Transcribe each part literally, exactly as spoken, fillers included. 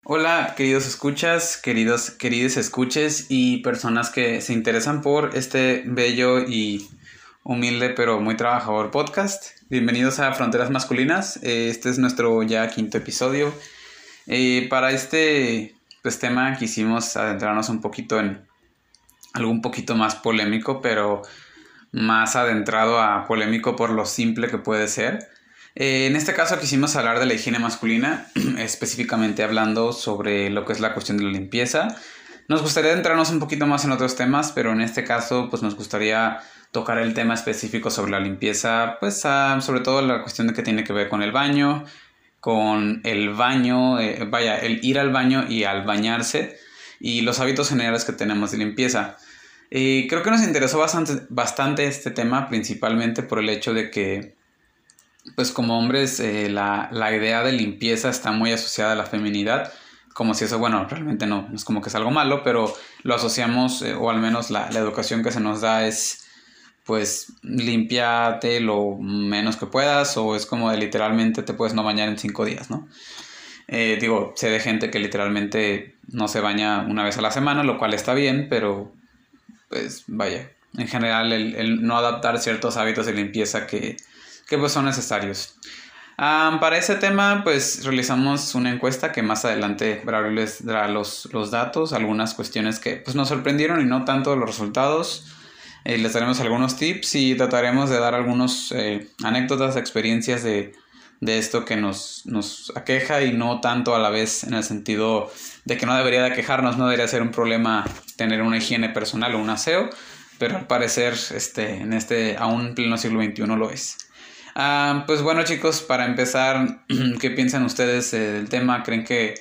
Hola, queridos escuchas, queridos, queridos escuches y personas que se interesan por este bello y humilde pero muy trabajador podcast. Bienvenidos a Fronteras Masculinas. Eh, Este es nuestro ya quinto episodio. Eh, para este pues, tema quisimos adentrarnos un poquito en algo un poquito más polémico, pero más adentrado a polémico por lo simple que puede ser. Eh, en este caso quisimos hablar de la higiene masculina, específicamente hablando sobre lo que es la cuestión de la limpieza. Nos gustaría adentrarnos un poquito más en otros temas, pero en este caso pues nos gustaría tocar el tema específico sobre la limpieza, pues ah, sobre todo la cuestión de que tiene que ver con el baño, con el baño, eh, vaya, el ir al baño y al bañarse y los hábitos generales que tenemos de limpieza. Eh, creo que nos interesó bastante, bastante este tema, principalmente por el hecho de que, pues como hombres, eh, la, la idea de limpieza está muy asociada a la feminidad, como si eso, bueno, realmente no, no es como que es algo malo, pero lo asociamos, eh, o al menos la, la educación que se nos da es, pues, limpiate lo menos que puedas, o es como de literalmente te puedes no bañar en cinco días, ¿no? Eh, digo, sé de gente que literalmente no se baña una vez a la semana, lo cual está bien, pero pues vaya, en general el, el no adaptar ciertos hábitos de limpieza que, que pues son necesarios. Um, para ese tema pues realizamos una encuesta que más adelante Braulio les dará los, los datos, algunas cuestiones que pues nos sorprendieron y no tanto los resultados. Eh, les daremos algunos tips y trataremos de dar algunos eh, anécdotas, experiencias de, de esto que nos, nos aqueja y no tanto a la vez en el sentido de que no debería de aquejarnos, no debería ser un problema tener una higiene personal o un aseo, pero al parecer este, en este aún pleno siglo veintiuno lo es. Ah, pues bueno chicos, para empezar, ¿qué piensan ustedes eh, del tema? ¿Creen que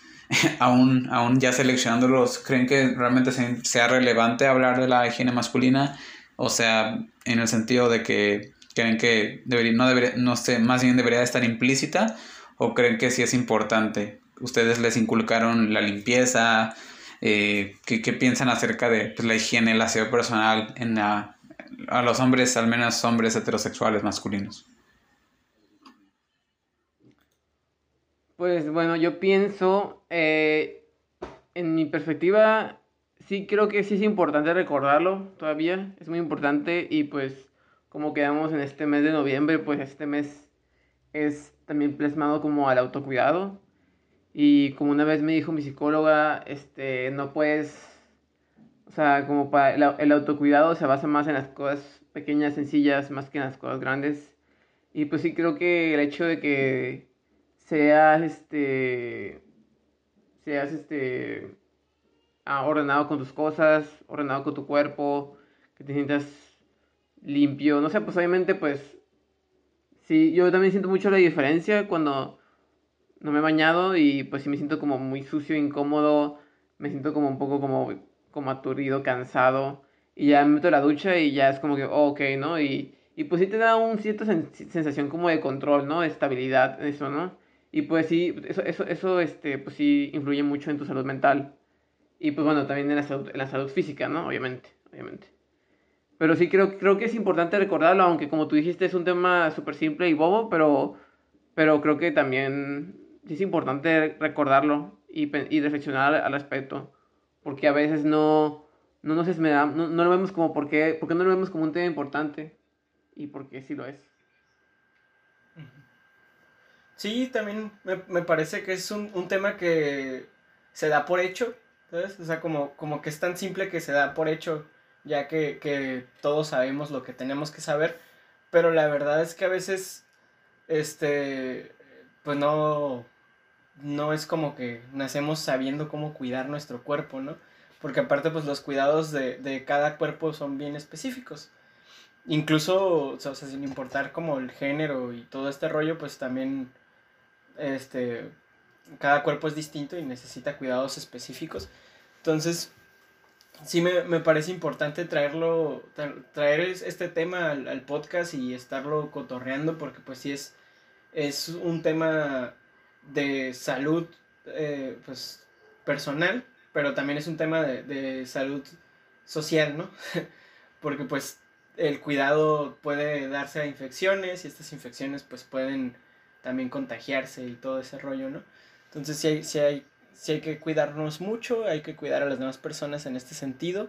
aún, aún ya seleccionándolos, creen que realmente se- sea relevante hablar de la higiene masculina? O sea, en el sentido de que creen que debería, no debería, no sé, más bien debería estar implícita, o creen que sí es importante. ¿Ustedes les inculcaron la limpieza? Eh, ¿qué, qué piensan acerca de pues, la higiene, el aseo personal en la- a los hombres, al menos hombres heterosexuales masculinos? Pues bueno, yo pienso, eh, en mi perspectiva, sí creo que sí es importante recordarlo todavía, es muy importante y pues como quedamos en este mes de noviembre, pues este mes es también plasmado como al autocuidado y como una vez me dijo mi psicóloga, este, no puedes, o sea, como para el, au- el autocuidado se basa más en las cosas pequeñas, sencillas, más que en las cosas grandes y pues sí creo que el hecho de que seas este seas este ah, ordenado con tus cosas, ordenado con tu cuerpo, que te sientas limpio, no sé, pues obviamente pues sí, yo también siento mucho la diferencia cuando no me he bañado y pues sí me siento como muy sucio, incómodo, me siento como un poco como, como aturdido, cansado y ya me meto a la ducha y ya es como que, oh, ok, ¿no? Y, y pues sí te da un cierta sen- sensación como de control, ¿no? De estabilidad, eso, ¿no? Y pues sí, eso, eso, eso, este, pues sí influye mucho en tu salud mental. Y pues bueno, también en la salud, en la salud física, ¿no? Obviamente, obviamente. Pero sí creo, creo que es importante recordarlo, aunque como tú dijiste es un tema súper simple y bobo, pero, pero creo que también sí es importante recordarlo y, pe- y reflexionar al respecto. Porque a veces no, no nos esmeramos, no, no lo vemos como por qué, porque no lo vemos como un tema importante y porque sí lo es. Sí, también me, me parece que es un, un tema que se da por hecho, ¿sabes? O sea, como, como que es tan simple que se da por hecho, ya que, que todos sabemos lo que tenemos que saber, pero la verdad es que a veces, este, pues no, no es como que nacemos sabiendo cómo cuidar nuestro cuerpo, ¿no? Porque aparte, pues los cuidados de, de cada cuerpo son bien específicos. Incluso, o sea, sin importar como el género y todo este rollo, pues también este, cada cuerpo es distinto y necesita cuidados específicos. Entonces, sí me, me parece importante traerlo, traer este tema al, al, podcast y estarlo cotorreando porque pues sí es, es un tema de salud eh, pues personal, pero también es un tema de, de salud social, ¿no? Porque pues el cuidado puede darse a infecciones y estas infecciones pues pueden también contagiarse y todo ese rollo, ¿no? Entonces sí hay, sí hay sí hay que cuidarnos mucho, hay que cuidar a las demás personas en este sentido.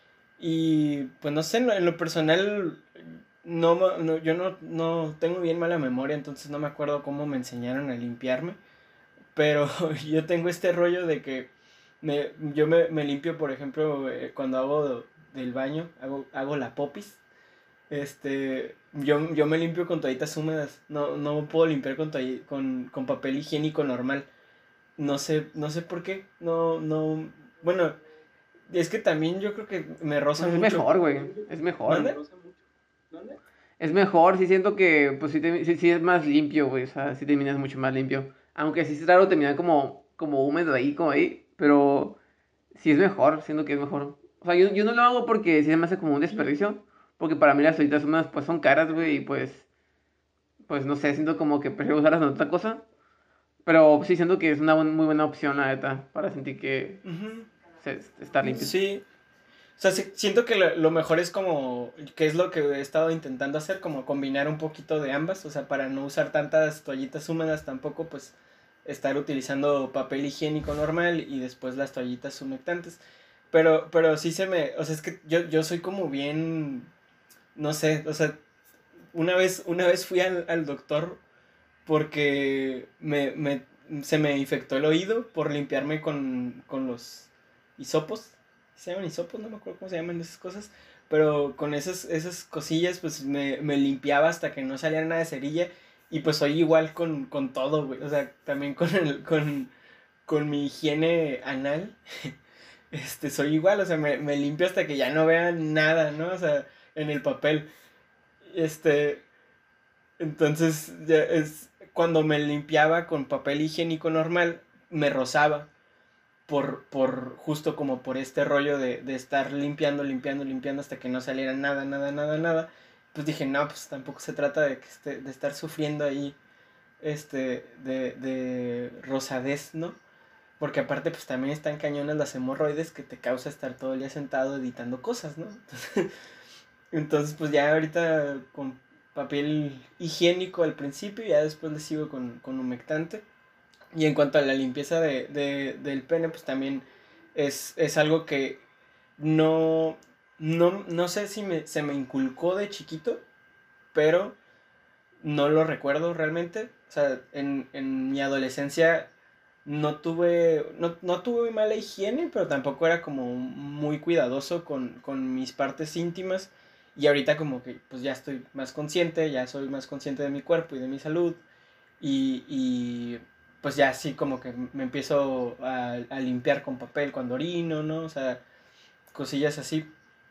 Y pues no sé, en lo, en lo personal, no, ma- no, yo no, no tengo bien mala memoria, entonces no me acuerdo cómo me enseñaron a limpiarme. Pero yo tengo este rollo de que me, yo me, me limpio, por ejemplo, eh, cuando hago del baño, hago, hago la popis. Este, yo, yo me limpio con toallitas húmedas. No, no puedo limpiar con, toall- con, con papel higiénico normal. No sé, no sé por qué. No, no. Bueno, es que también yo creo que me roza Pues es mucho. mejor, güey. Es mejor. ¿Mande? Es mejor, sí siento que, pues sí, te- sí, sí es más limpio, güey. O sea, sí terminas mucho más limpio. Aunque sí es raro terminar como, como húmedo ahí, como ahí. Pero sí es mejor, siento que es mejor. O sea, yo, yo no lo hago porque sí se me hace como un desperdicio. Porque para mí las toallitas húmedas, pues son caras, güey. Y pues, pues no sé, siento como que prefiero usarlas en otra cosa. Pero sí siento que es una buen- muy buena opción, la neta. Para sentir que Ujú. se, está limpio. Sí. O sea, sí- siento que lo, lo mejor es como, que es lo que he estado intentando hacer, como combinar un poquito de ambas, o sea, para no usar tantas toallitas húmedas tampoco, pues estar utilizando papel higiénico normal y después las toallitas humectantes. Pero, pero sí se me, o sea, es que yo, yo soy como bien, no sé, o sea, una vez, una vez fui al, al doctor porque me, me, se me infectó el oído por limpiarme con, con los hisopos. ¿Se llaman hisopos? No me acuerdo cómo se llaman esas cosas. Pero con esas, esas cosillas, pues me, me limpiaba hasta que no salía nada de cerilla. Y pues soy igual con, con todo, güey. O sea, también con, el, con, con mi higiene anal. Este, soy igual, o sea, me, me limpio hasta que ya no vea nada, ¿no? O sea, en el papel. Este, entonces, ya es, cuando me limpiaba con papel higiénico normal, me rozaba por, por justo como por este rollo de, de estar limpiando, limpiando, limpiando hasta que no saliera nada, nada, nada, nada. Pues dije, no, pues tampoco se trata de, que esté, de estar sufriendo ahí, este, de, de rosadez, ¿no? Porque aparte, pues también están cañonas las hemorroides que te causa estar todo el día sentado editando cosas, ¿no? Entonces, entonces, pues ya ahorita con papel higiénico al principio y ya después le sigo con, con humectante. Y en cuanto a la limpieza de, de- del pene, pues también es, es algo que no, no, no sé si me, se me inculcó de chiquito, pero no lo recuerdo realmente. O sea, en, en mi adolescencia no tuve, no, no tuve mala higiene, pero tampoco era como muy cuidadoso con, con mis partes íntimas. Y ahorita como que pues ya estoy más consciente, ya soy más consciente de mi cuerpo y de mi salud. Y, y pues ya así como que me empiezo a, a limpiar con papel cuando orino, ¿no? O sea, cosillas así,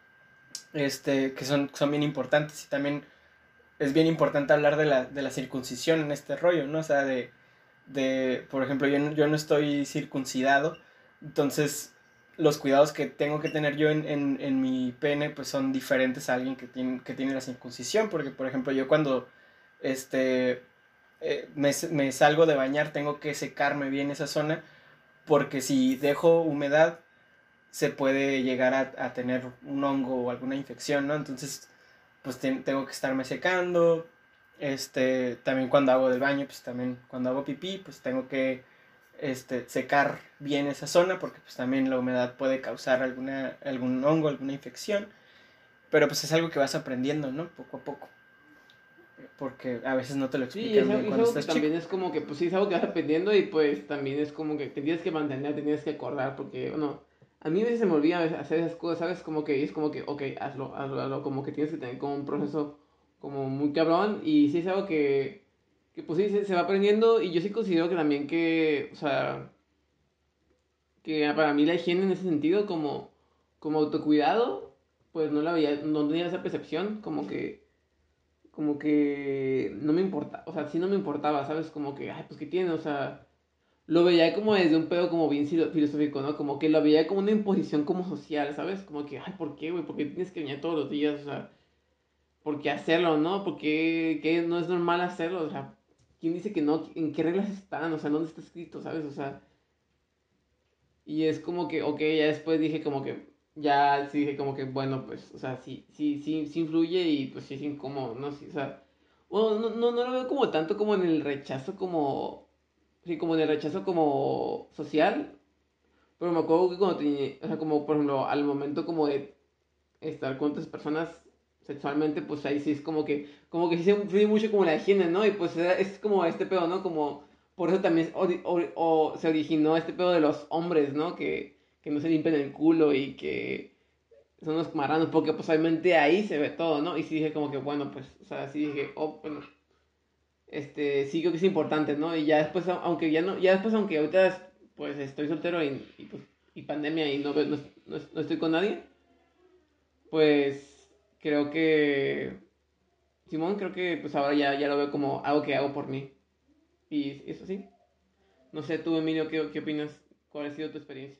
este, que son, son bien importantes. Y también es bien importante hablar de la, de la circuncisión en este rollo, ¿no? O sea, de, de por ejemplo, yo no, yo no estoy circuncidado, entonces los cuidados que tengo que tener yo en, en, en mi pene, pues son diferentes a alguien que tiene, que tiene la circuncisión, porque, por ejemplo, yo cuando, este, eh, me, me salgo de bañar, tengo que secarme bien esa zona, porque si dejo humedad, se puede llegar a, a tener un hongo o alguna infección, ¿no? Entonces, pues te, tengo que estarme secando. Este, también cuando hago del baño, pues también cuando hago pipí, pues tengo que este, secar bien esa zona porque pues también la humedad puede causar alguna, algún hongo, alguna infección. Pero pues es algo que vas aprendiendo, ¿no? Poco a poco. Porque a veces no te lo Sí, es explican algo, bien es cuando algo que estás chico. también es como que, pues sí, es algo que vas aprendiendo y pues también es como que te tienes que mantener, te tienes que acordar, porque, bueno, a mí a veces se me olvida hacer esas cosas, ¿sabes? Como que es como que, ok, hazlo, hazlo, hazlo, como que tienes que tener como un proceso como muy cabrón y sí es algo que, que pues sí, se, se va aprendiendo y yo sí considero que también que, o sea, que para mí la higiene en ese sentido como, como autocuidado, pues no la veía, no tenía esa percepción, como que como que no me importa, o sea, sí no me importaba, ¿sabes? Como que, ay, pues qué tiene, o sea, lo veía como desde un pedo como bien filo- filosófico, ¿no? Como que lo veía como una imposición como social, ¿sabes? Como que, ay, ¿por qué, güey? ¿Por qué tienes que venir todos los días? O sea, ¿por qué hacerlo, no? ¿Por qué, qué no es normal hacerlo? O sea, ¿quién dice que no? ¿En qué reglas están? O sea, ¿dónde está escrito, ¿sabes? O sea, y es como que, ok, ya después dije como que, ya sí dije como que, bueno, pues, o sea, sí, sí, sí, sí influye y pues sí es incómodo, ¿no? Sí, o sea, bueno, no, no, no lo veo como tanto como en el rechazo como, sí, como en el rechazo como social, Pero me acuerdo que cuando tenía, o sea, como por ejemplo, al momento como de estar con otras personas sexualmente, pues ahí sí es como que, como que sí se influye mucho como la higiene, ¿no? Y pues es como este pedo, ¿no? Como, por eso también o, o, o se originó este pedo de los hombres, ¿no? Que, que no se limpian el culo y que son unos marranos, porque pues obviamente ahí se ve todo, ¿no? Y sí dije como que, bueno, pues, o sea, sí dije, oh, bueno, este, sí creo que es importante, ¿no? Y ya después, aunque ya no, ya después, aunque ahorita, pues, estoy soltero y, y, pues, y pandemia y no, no, no, no estoy con nadie, pues, creo que, Simón, creo que, pues, ahora ya, ya lo veo como algo que hago por mí. Y eso sí. No sé, tú, Emilio, ¿qué, qué opinas? ¿Cuál ha sido tu experiencia?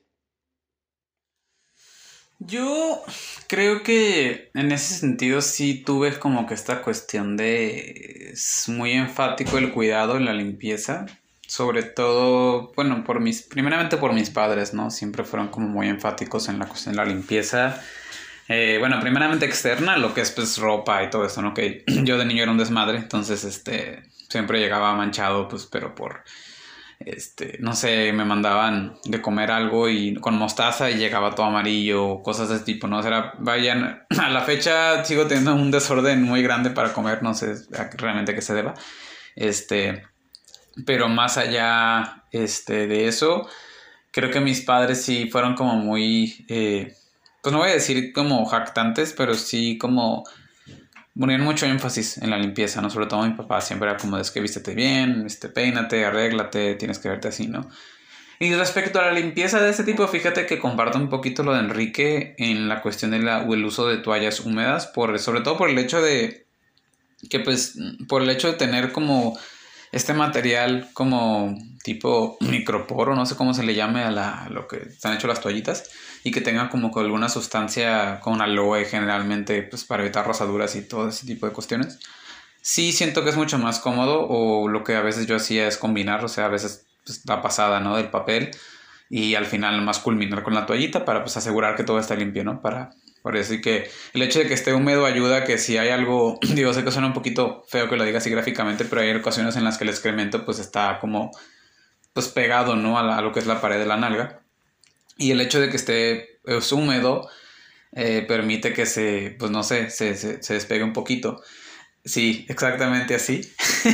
Yo creo que en ese sentido sí tuve como que esta cuestión de... Es muy enfático el cuidado en la limpieza. Sobre todo, bueno, por mis... Primeramente por mis padres, ¿no? Siempre fueron como muy enfáticos en la cuestión de la limpieza. Eh, bueno, primeramente externa, lo que es pues ropa y todo eso, ¿no? Que yo de niño era un desmadre, entonces este... Siempre llegaba manchado, pues, pero por... Este, no sé, me mandaban de comer algo y con mostaza y llegaba todo amarillo, cosas de ese tipo, ¿no? O sea, vayan, a la fecha sigo teniendo un desorden muy grande para comer, no sé realmente a qué se deba. Este, pero más allá, este, de eso, creo que mis padres sí fueron como muy, eh, pues no voy a decir como jactantes, pero sí como ponían mucho énfasis en la limpieza, ¿no? Sobre todo mi papá siempre era como, es que vístete bien, este, peínate, arréglate, tienes que verte así, ¿no? Y respecto a la limpieza de este tipo, fíjate que comparto un poquito lo de Enrique en la cuestión del el uso de toallas húmedas, por, sobre todo por el hecho de que, pues, por el hecho de tener como este material como tipo microporo, no sé cómo se le llame a, la, a lo que están hechos las toallitas, y que tenga como con alguna sustancia con aloe generalmente, pues para evitar rosaduras y todo ese tipo de cuestiones. Sí siento que es mucho más cómodo, o lo que a veces yo hacía es combinar, o sea, a veces pues, la pasada, ¿no? Del papel y al final más culminar con la toallita para pues asegurar que todo está limpio, ¿no? Para, por eso y que el hecho de que esté húmedo ayuda a que si hay algo, digo, sé que suena un poquito feo que lo diga así gráficamente, pero hay ocasiones en las que el excremento pues está como pues pegado, ¿no? A, la, a lo que es la pared de la nalga. Y el hecho de que esté pues, húmedo eh, permite que se, pues no sé, se, se, se despegue un poquito. Sí, exactamente así.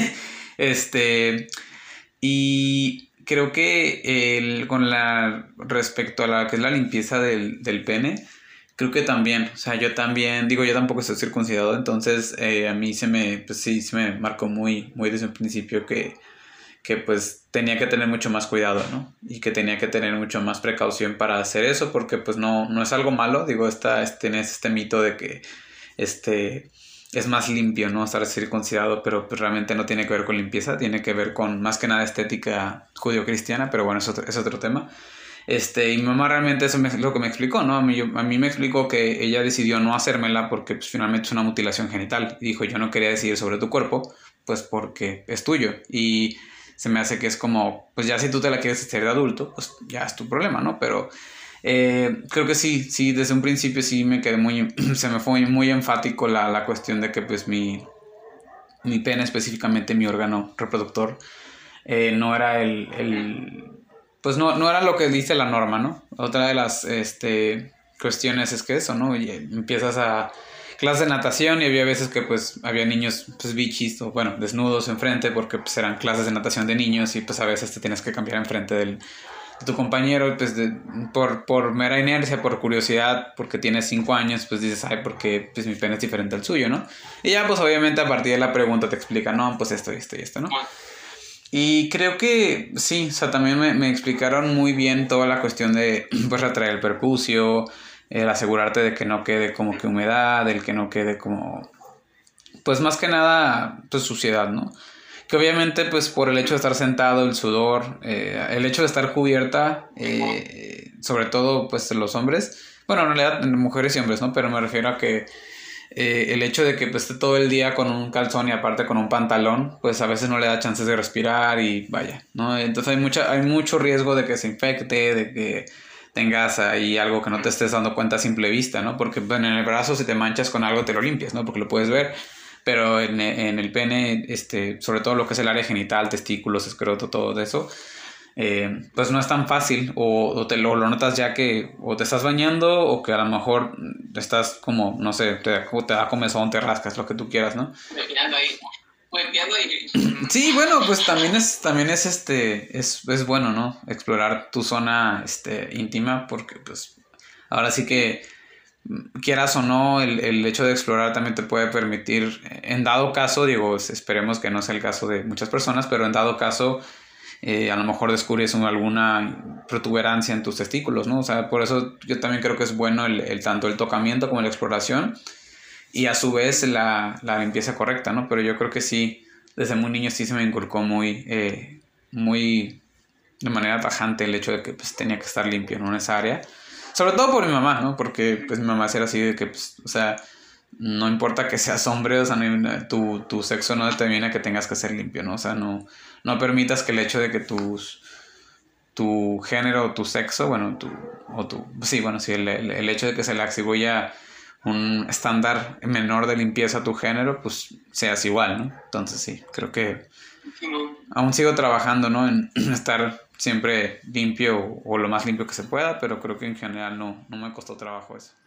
este, y creo que el, con la, respecto a la que es la limpieza del, del pene, creo que también, o sea, yo también, digo, yo tampoco estoy circuncidado, entonces eh, a mí se me, pues sí, se me marcó muy, muy desde un principio que que pues tenía que tener mucho más cuidado, ¿no? Y que tenía que tener mucho más precaución para hacer eso, porque pues no, no es algo malo, digo, esta, este, este mito de que este, es más limpio, ¿no? Estar circuncidado, pero pues realmente no tiene que ver con limpieza, tiene que ver con más que nada estética judío-cristiana, pero bueno, es otro, es otro tema. Este, y mi mamá realmente eso es lo que me explicó, ¿no? A mí, yo, a mí me explicó que ella decidió no hacérmela porque pues, finalmente es una mutilación genital. Y dijo, yo no quería decidir sobre tu cuerpo, pues porque es tuyo. Y se me hace que es como, pues ya si tú te la quieres hacer de adulto, pues ya es tu problema, ¿no? Pero eh, creo que sí, sí, desde un principio sí me quedé muy, se me fue muy, muy enfático la, la cuestión de que pues mi, mi pene, específicamente mi órgano reproductor, eh, no era el, el pues no, no era lo que dice la norma, ¿no? Otra de las este, cuestiones es que eso, ¿no? Y empiezas a clases de natación y había veces que pues había niños pues bichis o bueno, desnudos enfrente porque pues eran clases de natación de niños y pues a veces te tienes que cambiar enfrente del, de tu compañero y pues de, por, por mera inercia, por curiosidad, porque tienes cinco años, pues dices, ay, porque pues mi pene es diferente al suyo, ¿no? Y ya pues obviamente a partir de la pregunta te explica, no, pues esto y esto y esto, ¿no? Y creo que sí, o sea, también me, me explicaron muy bien toda la cuestión de pues retraer el percucio, el asegurarte de que no quede como que humedad, el que no quede como, pues más que nada, pues suciedad, ¿no? Que obviamente pues por el hecho de estar sentado, el sudor, eh, el hecho de estar cubierta, eh, sobre todo pues los hombres, bueno en realidad mujeres y hombres, ¿no? Pero me refiero a que eh, el hecho de que pues, esté todo el día con un calzón y aparte con un pantalón, pues a veces no le da chances de respirar y vaya, ¿no? Entonces hay, mucha, hay mucho riesgo de que se infecte, de que tengas ahí algo que no te estés dando cuenta a simple vista, ¿no? Porque bueno, en el brazo si te manchas con algo te lo limpias, ¿no? Porque lo puedes ver, pero en, en el pene, este, sobre todo lo que es el área genital, testículos, escroto, todo eso, eh, pues no es tan fácil, o, o te lo, lo notas ya que o te estás bañando o que a lo mejor estás como, no sé, te, te da comezón, te rascas, lo que tú quieras, ¿no? Sí, bueno, pues también es, también es este, es, es bueno, ¿no? Explorar tu zona, este, íntima, porque pues ahora sí que quieras o no, el, el hecho de explorar también te puede permitir, en dado caso, digo, esperemos que no sea el caso de muchas personas, pero en dado caso, eh, a lo mejor descubres un- alguna protuberancia en tus testículos, ¿no? O sea, por eso yo también creo que es bueno el, el tanto el tocamiento como la exploración y a su vez la, la limpieza correcta, ¿no? Pero yo creo que sí, desde muy niño sí se me inculcó muy, eh, muy de manera tajante el hecho de que pues tenía que estar limpio, ¿no? En esa área. Sobre todo por mi mamá, ¿no? Porque pues mi mamá era así de que, pues, o sea, no importa que seas hombre, o sea, no hay- tu, tu sexo no determina que tengas que ser limpio, ¿no? O sea, no, no permitas que el hecho de que tus, tu género o tu sexo, bueno, tu, o tu, sí, bueno, sí, el, el, el hecho de que se le atribuya un estándar menor de limpieza a tu género, pues seas igual, ¿no? Entonces sí, creo que aún sigo trabajando, ¿no? En estar siempre limpio o, o lo más limpio que se pueda, pero creo que en general no, no me costó trabajo eso.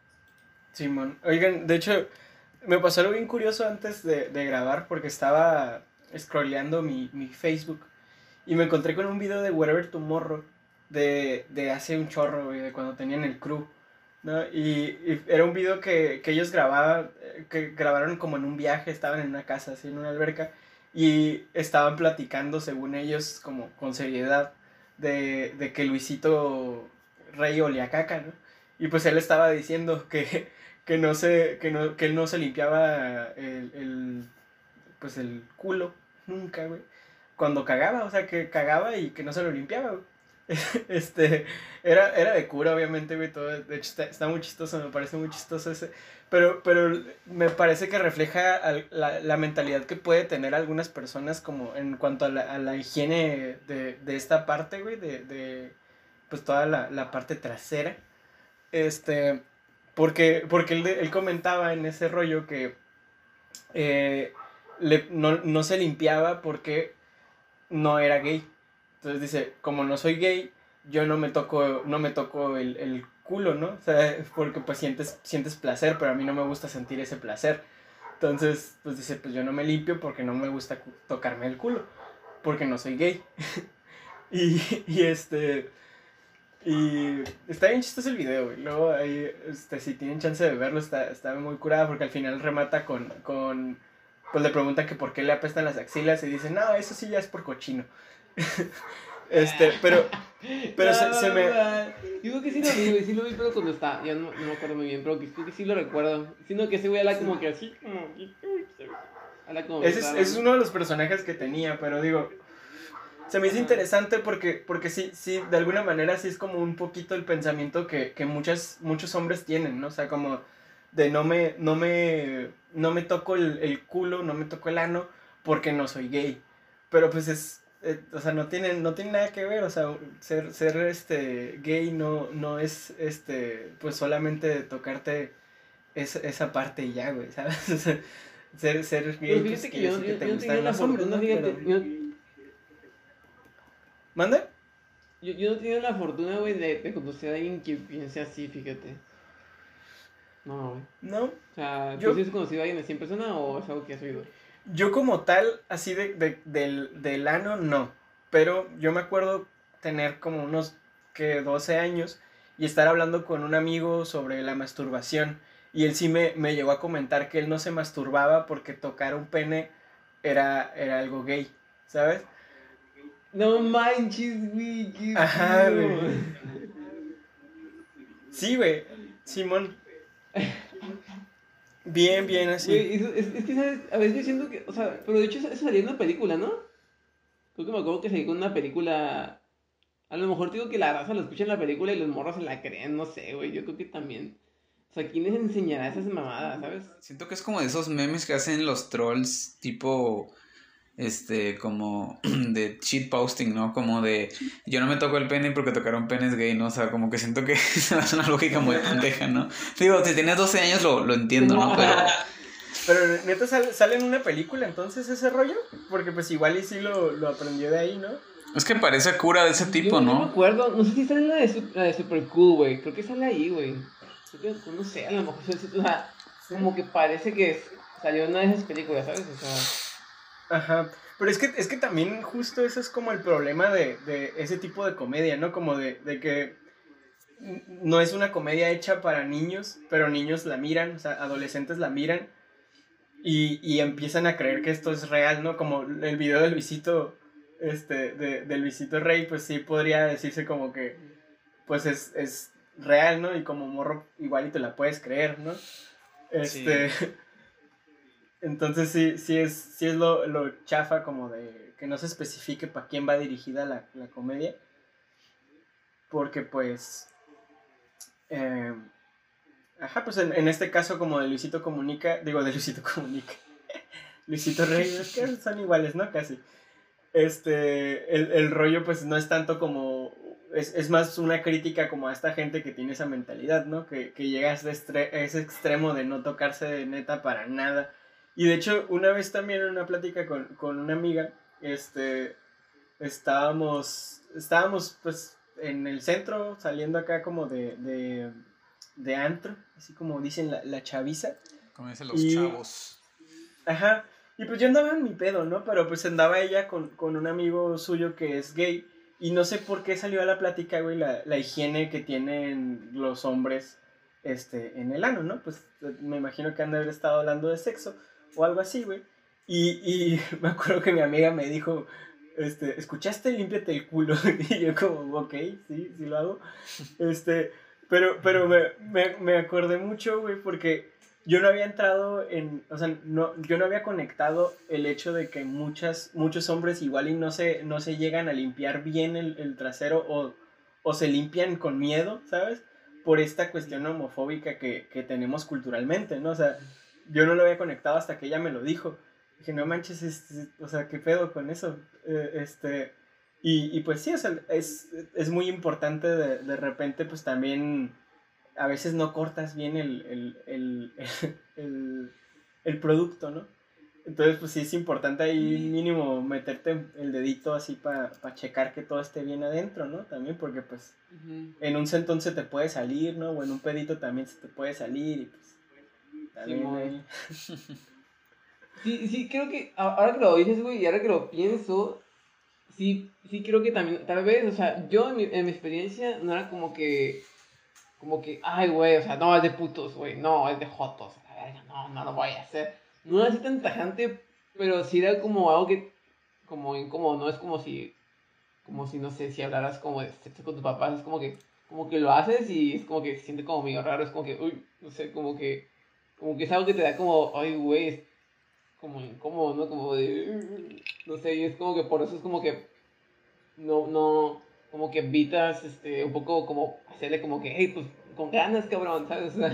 Simón, oigan, de hecho, me pasó algo bien curioso antes de, de grabar porque estaba scrolleando mi, mi Facebook y me encontré con un video de Whatever Tomorrow de, de hace un chorro, güey, de cuando tenían el crew, ¿no? Y, y era un video que, que ellos grababan, eh, que grabaron como en un viaje, estaban en una casa, así, en una alberca, y estaban platicando, según ellos, como con seriedad, de, de que Luisito Rey olía a caca, ¿no? Y pues él estaba diciendo que, que no se, que no, que él no se limpiaba el, el, pues el culo, nunca, güey, cuando cagaba, o sea, que cagaba y que no se lo limpiaba, güey. Este, era, era de cura, obviamente, güey, todo, de hecho está, está muy chistoso, me parece muy chistoso ese, pero, pero me parece que refleja al- la, la mentalidad que puede tener algunas personas como en cuanto a la, a la higiene de, de esta parte, güey, de, de, pues toda la, la parte trasera, este, porque, porque él, él comentaba en ese rollo que eh, le, no, no se limpiaba porque no era gay. Entonces dice, como no soy gay, yo no me toco, no me toco el, el culo, ¿no? O sea, porque pues sientes, sientes placer, pero a mí no me gusta sentir ese placer. Entonces, pues dice, pues yo no me limpio porque no me gusta cu- tocarme el culo, porque no soy gay. Y, y este, y está bien chistoso el video, güey. Luego ahí, este, si tienen chance de verlo, está, está muy curada porque al final remata con, con, pues le preguntan que por qué le apestan las axilas y dice, no, eso sí ya es por cochino. Este, pero, pero se, se me... Yo creo que sí lo vi, güey, sí lo vi, pero cuando está, ya no, no me acuerdo muy bien, pero que- creo que sí lo recuerdo. Sino que ese güey habla como que así, como... Habla como... Ese es, ese es uno de los personajes que tenía, pero digo, se me hizo interesante porque, porque sí, sí, de alguna manera sí es como un poquito el pensamiento que, que muchas, muchos hombres tienen, ¿no? O sea, como de no me, no me, no me toco el, el culo, no me toco el ano porque no soy gay. Pero pues es, eh, o sea, no tiene, no tiene nada que ver, o sea, ser, ser este, gay no, no es, este, pues solamente tocarte esa, esa parte y ya, güey, ¿sabes? O sea, ser, ser gay, Pero pues fíjate que quiere yo, decir yo, que te yo no tenía gustan la los hombres, fortuna, ¿no? fíjate, Pero... yo, ¿Manda? yo, yo no tenía la fortuna, güey, de, de conocer a alguien que piense así, fíjate. No, güey. No, O sea, Yo- ¿tú sí has conocido a alguien así en persona o es algo que has oído? yo como tal, así de, de- del, del ano, no. Pero yo me acuerdo tener como unos que doce años y estar hablando con un amigo sobre la masturbación. Y él sí me, me llegó a comentar que él no se masturbaba porque tocar un pene era, era algo gay, ¿sabes? No manches, güey, qué Ajá, pedo. güey. Sí, güey, Simón. Bien, bien así. Güey, eso- es, es que, ¿sabes? A veces yo siento que, o sea, pero de hecho eso, eso salía en una película, ¿no? Creo que me acuerdo que salió con una película. A lo mejor digo que la raza lo escucha en la película y los morros se la creen, no sé, güey, yo creo que también. O sea, ¿quién les enseñará esas mamadas, sabes? Siento que es como de esos memes que hacen los trolls tipo, este, como de shitposting, ¿no? Como de, yo no me toco el pene porque tocar un pene es gay, ¿no? O sea, como que siento que es una lógica muy pendeja, ¿no? Digo, si tienes doce años lo, lo entiendo, ¿no? Pero Pero neta sale, sale en una película entonces ese rollo, porque pues igual y sí lo, lo aprendió de ahí, ¿no? Es que parece cura de ese tipo, yo, ¿no? Yo me acuerdo, no sé si sale la de, la de Super Cool, güey. Creo que sale ahí, güey. Creo que, no sé, a lo mejor, o sea, como que parece que salió una de esas películas, ¿sabes? O sea... Ajá, pero es que, es que también justo eso es como el problema de, de ese tipo de comedia, ¿no? Como de, de que no es una comedia hecha para niños, pero niños la miran, o sea, adolescentes la miran y, y empiezan a creer que esto es real, ¿no? Como el video de Luisito, este, de, de Luisito Rey, pues sí podría decirse como que, pues es, es real, ¿no? Y como morro igual y te la puedes creer, ¿no? Este... Sí. Entonces sí, sí es, sí es lo, lo chafa como de que no se especifique para quién va dirigida la, la comedia. Porque pues... Eh, ajá, pues en, en este caso como de Luisito Comunica, digo de Luisito Comunica, Luisito Rey, es que son iguales, ¿no? Casi. Este, el, el rollo pues no es tanto como... Es, es más una crítica como a esta gente que tiene esa mentalidad, ¿no? Que, que llega a ese, estre- a ese extremo de no tocarse de neta para nada. Y de hecho, una vez también en una plática con, con una amiga, este, estábamos, estábamos pues en el centro, saliendo acá como de, de, de antro, así como dicen la, la chaviza. Como dicen los y, chavos. Ajá, y pues yo andaba en mi pedo, ¿no? Pero pues andaba ella con, con un amigo suyo que es gay, y no sé por qué salió a la plática, güey, la, la higiene que tienen los hombres este, en el ano, ¿no? Pues me imagino que han de haber estado hablando de sexo o algo así, güey. Y, y me acuerdo que mi amiga me dijo, este, ¿escuchaste? Límpiate el culo. Y yo como, ok, sí, sí lo hago. Este, pero, pero me, me, me acordé mucho, güey, porque yo no había entrado en, o sea, no, yo no había conectado el hecho de que muchas, muchos hombres igual y no se, no se llegan a limpiar bien el, el trasero o, o se limpian con miedo, ¿sabes? Por esta cuestión homofóbica que, que tenemos culturalmente, ¿no? O sea, yo no lo había conectado hasta que ella me lo dijo. Dije, no manches, este, o sea, ¿qué pedo con eso? Eh, este, y, y pues sí, o sea, es, es muy importante de, de repente, pues también, a veces no cortas bien el, el, el, el, el, el producto, ¿no? Entonces, pues sí es importante ahí mínimo meterte el dedito así para pa checar que todo esté bien adentro, ¿no? También porque, pues, uh-huh. en un centón se te puede salir, ¿no? O en un pedito también se te puede salir y, pues, también sí, ahí... sí, sí, creo que ahora que lo dices, güey, y ahora que lo pienso, sí, sí creo que también, tal vez, o sea, yo en mi, en mi experiencia no era como que, como que, ay, güey, o sea, no, es de putos, güey, no, es de jotos, la verga, no, no lo voy a hacer. No era así tan tajante, pero sí era como algo que, como incómodo, no es como si, como si, no sé, si hablaras como de sexo con tus papás, es como que, como que lo haces y es como que se siente como medio raro, es como que, uy, no sé, como que, como que es algo que te da como, ay, güey, como incómodo, ¿no? Como de, no sé, y es como que por eso es como que, no, no, como que evitas, este, un poco como hacerle como que, hey, pues, con ganas, cabrón, ¿sabes? O sea,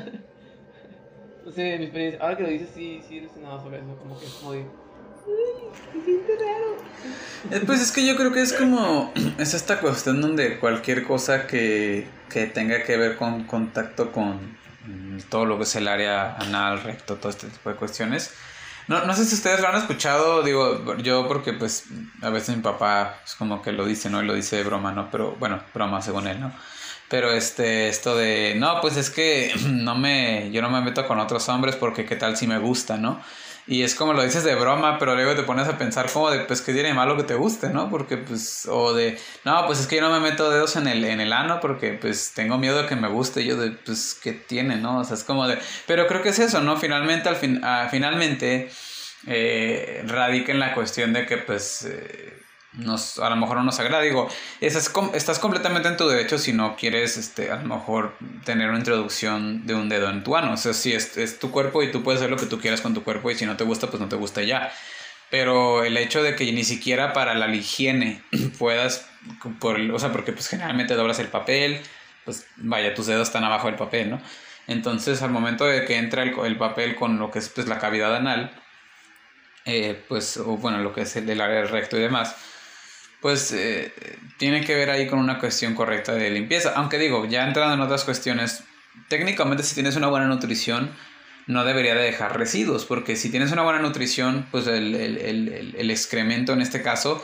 no sé, mi experiencia, ahora que lo dices, sí, sí he resonado sobre eso, como que es como de, uy, se siente raro. Eh, pues es que yo creo que es como, es esta cuestión donde cualquier cosa que, que tenga que ver con contacto con mm, todo lo que es el área anal, recto, todo este tipo de cuestiones. No, no sé si ustedes lo han escuchado, digo, yo porque pues a veces mi papá es como que lo dice, ¿no? Y lo dice de broma, ¿no? Pero bueno, broma según él, ¿no? Pero este, esto de, no, pues es que no me, yo no me meto con otros hombres porque qué tal si me gusta, ¿no? Y es como lo dices de broma, pero luego te pones a pensar como de, pues, ¿qué tiene de malo que te guste, no? Porque, pues, o de, no, pues es que yo no me meto dedos en el, en el ano porque, pues, tengo miedo de que me guste. Y yo de, pues, ¿qué tiene, no? O sea, es como de, pero creo que es eso, ¿no? Finalmente, al fin, ah, finalmente, eh, radica en la cuestión de que, pues, eh, nos, a lo mejor no nos agrada. Digo, estás, estás completamente en tu derecho si no quieres, este, a lo mejor tener una introducción de un dedo en tu ano. O sea, si es, es tu cuerpo y tú puedes hacer lo que tú quieras con tu cuerpo y si no te gusta, pues no te gusta ya. Pero el hecho de que ni siquiera para la higiene puedas, por, o sea, porque pues generalmente doblas el papel, pues vaya, tus dedos están abajo del papel, ¿no? Entonces al momento de que entra el, el papel con lo que es pues la cavidad anal, eh, pues, o bueno, lo que es el, el área del recto y demás, pues eh, tiene que ver ahí con una cuestión correcta de limpieza. Aunque digo, ya entrando en otras cuestiones, técnicamente si tienes una buena nutrición no debería de dejar residuos, porque si tienes una buena nutrición, pues el, el, el, el excremento en este caso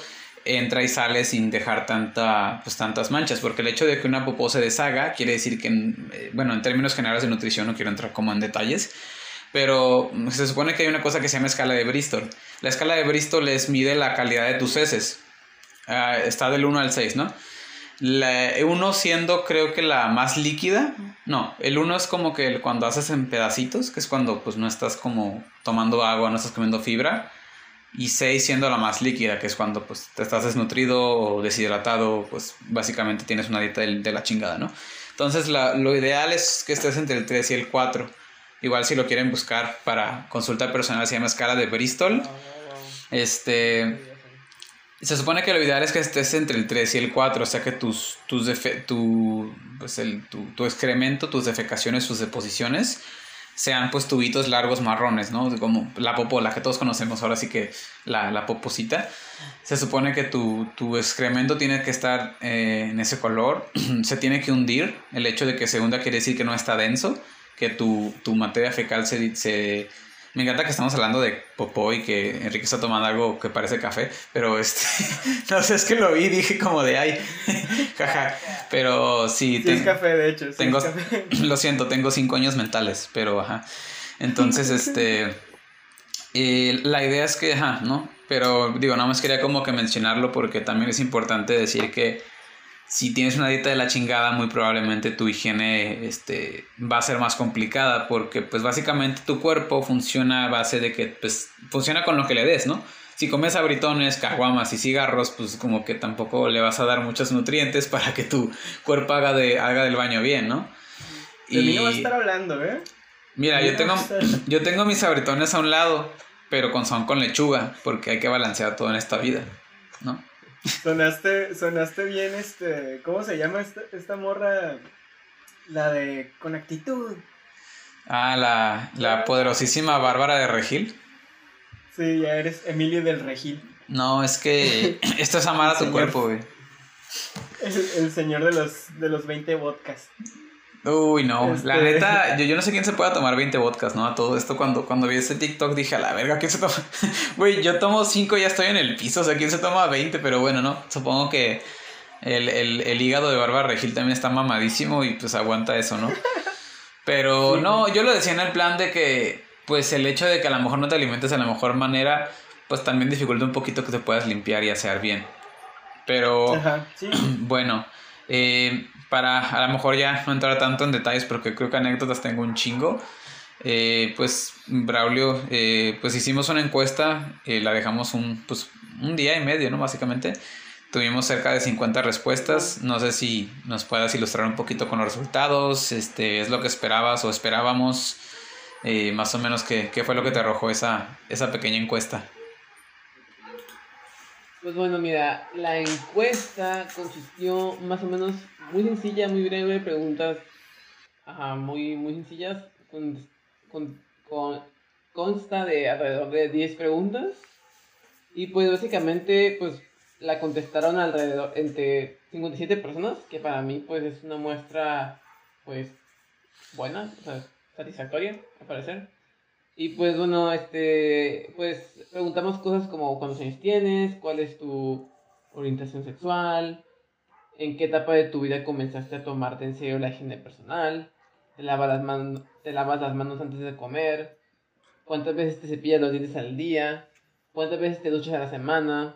entra y sale sin dejar tanta, pues, tantas manchas, porque el hecho de que una popó se deshaga quiere decir que, eh, bueno, en términos generales de nutrición no quiero entrar como en detalles, pero se supone que hay una cosa que se llama escala de Bristol. La escala de Bristol les mide la calidad de tus heces. Uh, está del uno al seis, ¿no? La uno siendo creo que la más líquida. No, el uno es como que cuando haces en pedacitos, que es cuando pues no estás como tomando agua, no estás comiendo fibra. Y seis siendo la más líquida, que es cuando pues te estás desnutrido o deshidratado, pues básicamente tienes una dieta de, de la chingada, ¿no? Entonces la, lo ideal es que estés entre el tres y el cuatro. Igual si lo quieren buscar para consulta personal se llama escala de Bristol. Este... Se supone que lo ideal es que estés entre el tres y el cuatro, o sea que tus, tus defe- tu, pues el, tu, tu excremento, tus defecaciones, tus deposiciones sean pues tubitos largos marrones, ¿no? Como la popó, la que todos conocemos, ahora sí que la, la poposita. Se supone que tu, tu excremento tiene que estar eh, en ese color, se tiene que hundir. El hecho de que se hunda quiere decir que no está denso, que tu, tu materia fecal se... se Me encanta que estamos hablando de popó y que Enrique está tomando algo que parece café, pero este, no sé, es que lo vi y dije como de ay, jaja, pero sí. Sí, ten, es café, de hecho. Sí, tengo, es café. Lo siento, tengo cinco años mentales, pero ajá. Entonces, este, eh, la idea es que, ajá, ¿no? Pero digo, nada más quería como que mencionarlo porque también es importante decir que si tienes una dieta de la chingada, muy probablemente tu higiene este, va a ser más complicada porque pues básicamente tu cuerpo funciona a base de que pues funciona con lo que le des, ¿no? Si comes abritones, caguamas y cigarros, pues como que tampoco le vas a dar muchos nutrientes para que tu cuerpo haga, de, haga del baño bien, ¿no? De y... mí no vas a estar hablando, ¿eh? Mira, yo tengo, yo tengo mis abritones a un lado, pero con, son con lechuga porque hay que balancear todo en esta vida, ¿no? Sonaste, sonaste bien, este, ¿cómo se llama esta, esta morra? La de Con Actitud. Ah, la, la poderosísima Bárbara de Regil. Sí, ya eres Emilio del Regil. No, es que esto es amar a tu señor, cuerpo, güey. El, el señor de los, de los veinte vodkas. Uy, no, este... la neta, yo, yo no sé quién se pueda tomar veinte vodkas, ¿no? A todo esto, cuando, cuando vi ese TikTok dije, a la verga, ¿quién se toma? Güey, yo tomo cinco y ya estoy en el piso, o sea, ¿quién se toma veinte? Pero bueno, no, supongo que el, el, el hígado de Bárbara Regil también está mamadísimo y pues aguanta eso, ¿no? Pero sí, no, yo lo decía en el plan de que, pues el hecho de que a lo mejor no te alimentes de la mejor manera, pues también dificulta un poquito que te puedas limpiar y asear bien. Pero, ajá, sí. Bueno, eh... para a lo mejor ya no entrar tanto en detalles porque creo que anécdotas tengo un chingo, eh, pues Braulio, eh, pues hicimos una encuesta, eh, la dejamos un, pues, un día y medio, ¿no? Básicamente tuvimos cerca de cincuenta respuestas, no sé si nos puedas ilustrar un poquito con los resultados, este, es lo que esperabas o esperábamos, eh, más o menos qué, qué fue lo que te arrojó esa, esa pequeña encuesta. Pues bueno, mira, la encuesta consistió más o menos muy sencilla, muy breve, preguntas ajá, muy, muy sencillas, con, con, con, consta de alrededor de diez preguntas y pues básicamente pues la contestaron alrededor entre cincuenta y siete personas, que para mí pues es una muestra pues buena, o sea, satisfactoria al parecer. Y pues bueno, este, pues preguntamos cosas como cuántos años tienes, cuál es tu orientación sexual, en qué etapa de tu vida comenzaste a tomarte en serio la higiene personal, te lavas las manos, te lavas las manos antes de comer, cuántas veces te cepillas los dientes al día, cuántas veces te duchas a la semana,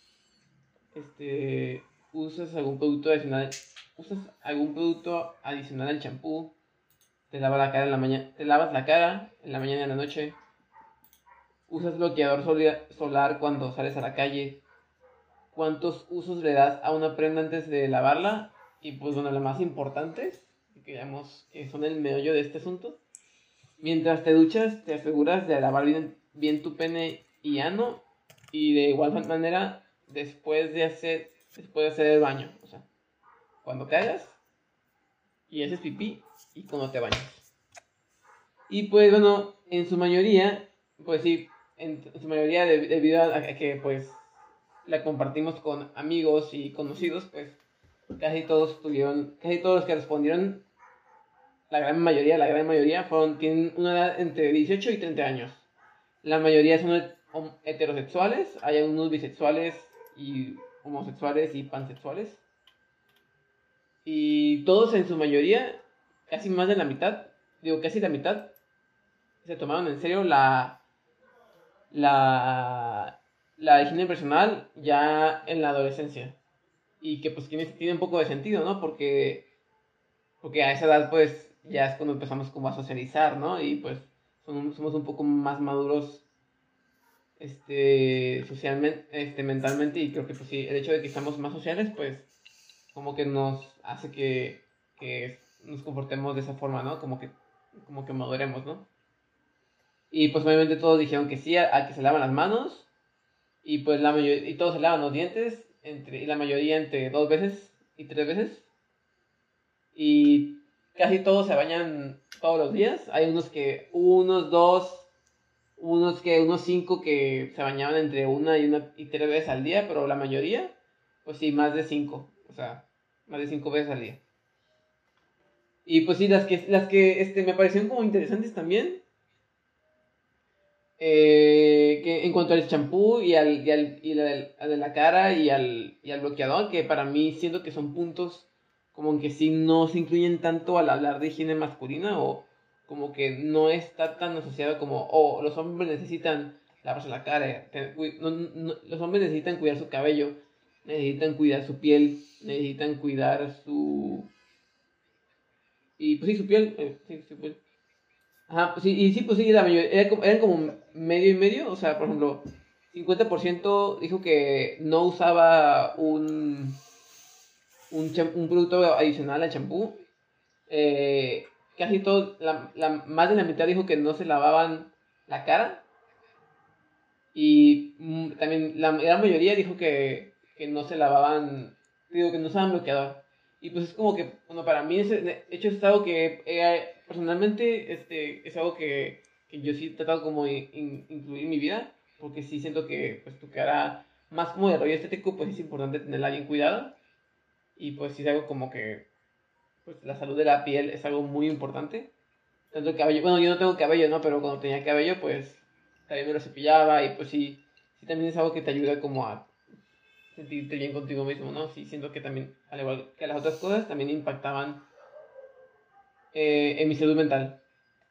este, usas algún producto adicional, usas algún producto adicional al champú. Te lavas la cara en la mañana, te lavas la cara en la mañana y en la noche. Usas bloqueador solar cuando sales a la calle. ¿Cuántos usos le das a una prenda antes de lavarla? Y pues bueno, las más importantes, que digamos que son el meollo de este asunto. Mientras te duchas, te aseguras de lavar bien, bien tu pene y ano. Y de igual manera, después de hacer, después de hacer el baño. O sea, cuando te hagas y haces pipí y cuando te bañas. Y pues bueno, en su mayoría, pues sí, en, en su mayoría de, debido a, a que pues la compartimos con amigos y conocidos, pues casi todos tuvieron, casi todos los que respondieron, la gran mayoría, la gran mayoría fueron, tienen una edad entre dieciocho y treinta años. La mayoría son heterosexuales, hay algunos bisexuales y homosexuales y pansexuales. Y todos en su mayoría, casi más de la mitad, digo casi la mitad, se tomaron en serio la, la, la higiene personal ya en la adolescencia. Y que pues tiene, tiene un poco de sentido, ¿no? Porque, porque a esa edad pues ya es cuando empezamos como a socializar, ¿no? Y pues somos, somos un poco más maduros este, socialmente, este, mentalmente, y creo que pues sí, el hecho de que estamos más sociales pues como que nos hace que, que nos comportemos de esa forma, ¿no? Como que, como que maduremos, ¿no? Y pues obviamente todos dijeron que sí, a, a que se lavan las manos. Y pues la mayoría, y todos se lavan los dientes, entre, y la mayoría entre dos veces y tres veces. Y casi todos se bañan todos los días. Hay unos que, unos dos, unos que, unos cinco que se bañaban entre una y una y tres veces al día, pero la mayoría, pues sí, más de cinco. O sea, más de cinco veces al día. Y pues sí, las que, las que este, me parecieron como interesantes también. Eh, que en cuanto al champú y al, y al, y la, al de la cara y al, y al bloqueador, que para mí siento que son puntos como que sí no se incluyen tanto al hablar de higiene masculina, o como que no está tan asociado como, oh, los hombres necesitan lavarse la cara, te- cui- no- no- los hombres necesitan cuidar su cabello, necesitan cuidar su piel, necesitan cuidar su... Y pues sí, su piel, eh, sí, su piel. Ajá, pues sí, y sí, pues sí, la mayoría, era como- eran como medio y medio, o sea, por ejemplo, cincuenta por ciento dijo que no usaba un, un, cham- un producto adicional al champú, eh, casi todo, la, la- más de la mitad dijo que no se lavaban la cara, y mm, también la gran mayoría dijo que, que no se lavaban, digo, que no usaban bloqueador. Y pues es como que, bueno, para mí, ese, de hecho, es algo que eh, personalmente este, es algo que, que yo sí he tratado como de in- incluir en mi vida, porque sí siento que pues tu cara, más como de rollo estético, pues es importante tenerla bien cuidada. Y pues sí es algo como que, pues la salud de la piel es algo muy importante. Tanto el cabello, bueno, yo no tengo cabello, ¿no? Pero cuando tenía cabello, pues también me lo cepillaba, y pues sí, sí también es algo que te ayuda como a sentirte bien contigo mismo, ¿no? Sí, siento que también, al igual que las otras cosas, también impactaban eh, en mi salud mental.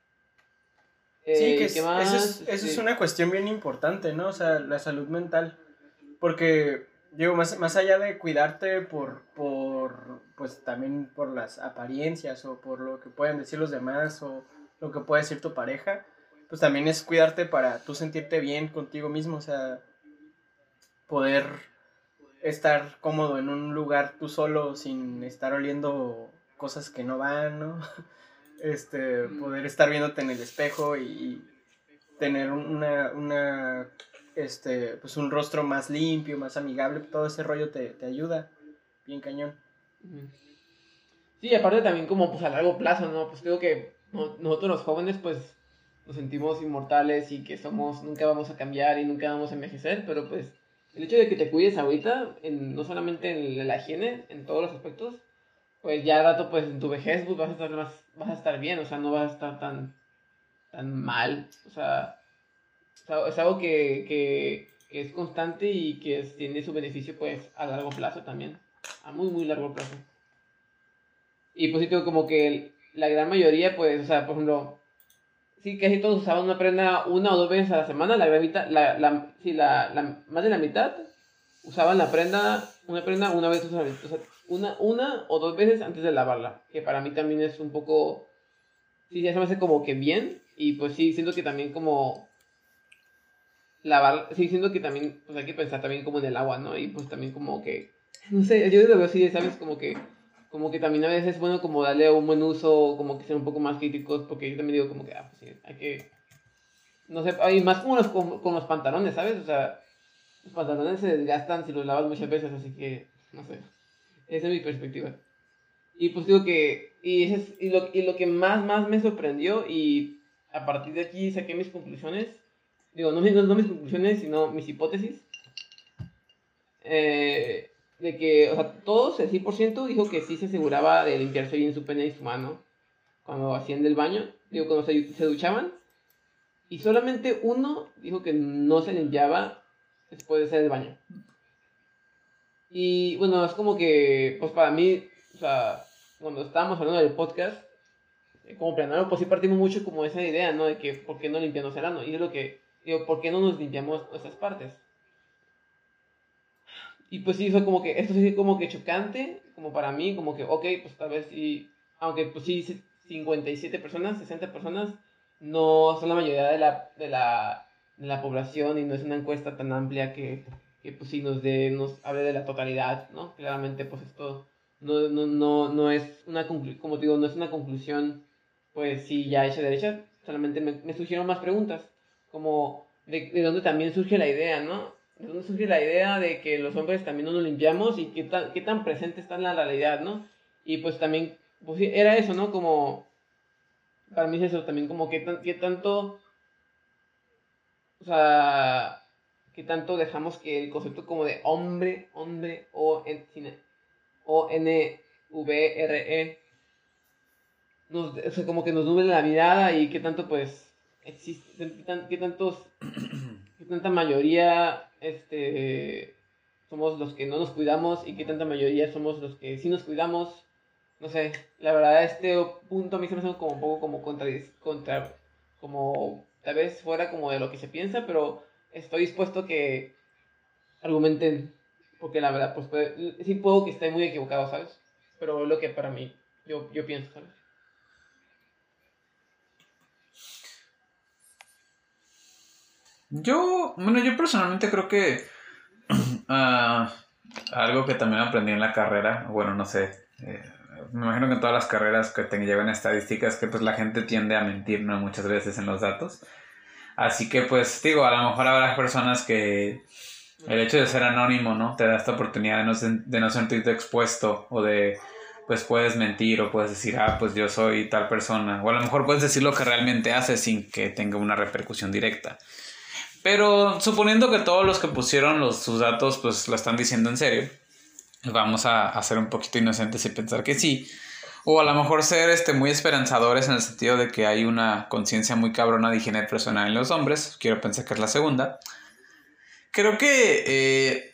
Sí, Eh, que ¿y qué es, eso más? es, eso es Este, una cuestión bien importante, ¿no? O sea, la salud mental. Porque, digo, más, más allá de cuidarte por, por, pues también por las apariencias o por lo que pueden decir los demás o lo que puede decir tu pareja, pues también es cuidarte para tú sentirte bien contigo mismo, o sea, poder estar cómodo en un lugar tú solo sin estar oliendo cosas que no van, ¿no? Este, poder estar viéndote en el espejo y tener una, una, este, pues un rostro más limpio, más amigable, todo ese rollo te, te ayuda, bien cañón. ujú. Sí, aparte también como pues a largo plazo, ¿no? Pues creo que no- nosotros los jóvenes pues nos sentimos inmortales y que somos, nunca vamos a cambiar y nunca vamos a envejecer, pero pues el hecho de que te cuides ahorita, en, no solamente en la higiene, en todos los aspectos, pues ya al rato pues en tu vejez pues, vas a estar más, vas a estar bien, o sea, no vas a estar tan, tan mal, o sea, es algo es algo que, que, que es constante y que es- tiene su beneficio pues a largo plazo también, a muy muy largo plazo. Y pues sí, tengo como que el- la gran mayoría, pues, o sea, por ejemplo, sí, casi todos usaban una prenda una o dos veces a la semana, la gran mitad, la, la, sí, la, la, más de la mitad usaban la prenda, una prenda una vez, o sea, o sea, una, una o dos veces antes de lavarla, que para mí también es un poco, sí, ya se me hace como que bien, y pues sí, siento que también como lavar, sí, siento que también, pues hay que pensar también como en el agua, ¿no? Y pues también como que, no sé, yo lo veo así, ¿sabes? Como que, como que también a veces es bueno como darle un buen uso, como que ser un poco más críticos, porque yo también digo como que, ah, pues sí, hay que, no sé, y más como los, con, con los pantalones, ¿sabes? O sea, los pantalones se desgastan si los lavas muchas veces, así que, no sé, esa es mi perspectiva. Y pues digo que, y, ese es- y, lo, y lo que más, más me sorprendió, y a partir de aquí saqué mis conclusiones, digo, no, mis- no, no mis conclusiones, sino mis hipótesis, eh, de que, o sea, todos, el cien por ciento dijo que sí se aseguraba de limpiarse bien su pene y su mano cuando hacían del baño, digo, cuando se, se duchaban, y solamente uno dijo que no se limpiaba después de hacer el baño. Y bueno, es como que, pues para mí, o sea, cuando estábamos hablando del podcast, eh, como planearon, pues sí partimos mucho como esa idea, ¿no? De que, ¿por qué no limpiarnos el ano? Y es lo que, digo, ¿por qué no nos limpiamos nuestras partes? Y pues sí, fue como que, esto sí como que chocante, como para mí, como que, ok, pues tal vez sí, aunque pues sí, sí, cincuenta y siete personas, sesenta personas, no son la mayoría de la, de la, de la población y no es una encuesta tan amplia que, que pues sí nos dé, nos hable de la totalidad, ¿no? Claramente pues esto no, no, no, no es una conclusión, como te digo, no es una conclusión, pues sí, ya hecha derecha, solamente me, me surgieron más preguntas, como de, de dónde también surge la idea, ¿no? ¿De dónde surge la idea de que los hombres también no nos limpiamos y qué tan, qué tan presente está en la realidad, ¿no? Y pues también, pues sí, era eso, ¿no? Como, para mí es eso también, como qué, tan, qué tanto, o sea, qué tanto dejamos que el concepto como de hombre, hombre, o, en, o N V R E, nos, o sea, como que nos nuble la mirada y qué tanto, pues, existe, qué, tan, qué tantos, qué tanta mayoría, este, somos los que no nos cuidamos y qué tanta mayoría somos los que sí nos cuidamos. No sé, la verdad este punto a mí se me hace como un poco como contra, contra como tal vez fuera como de lo que se piensa, pero estoy dispuesto a que argumenten, porque la verdad, pues puede, sí puedo que esté muy equivocado, ¿sabes? Pero es lo que para mí, yo, yo pienso, ¿sabes? Yo, bueno, yo personalmente creo que uh, algo que también aprendí en la carrera, bueno, no sé, eh, me imagino que en todas las carreras que te llevan estadísticas, que pues la gente tiende a mentir, ¿no? Muchas veces en los datos. Así que pues digo, a lo mejor habrá personas que el hecho de ser anónimo, ¿no? Te da esta oportunidad de no, de no sentirte expuesto o de, pues puedes mentir o puedes decir, ah, pues yo soy tal persona. O a lo mejor puedes decir lo que realmente haces sin que tenga una repercusión directa. Pero suponiendo que todos los que pusieron los, sus datos pues lo están diciendo en serio, vamos a, a ser un poquito inocentes y pensar que sí. O a lo mejor ser este, muy esperanzadores en el sentido de que hay una conciencia muy cabrona de higiene personal en los hombres. Quiero pensar que es la segunda. Creo que eh,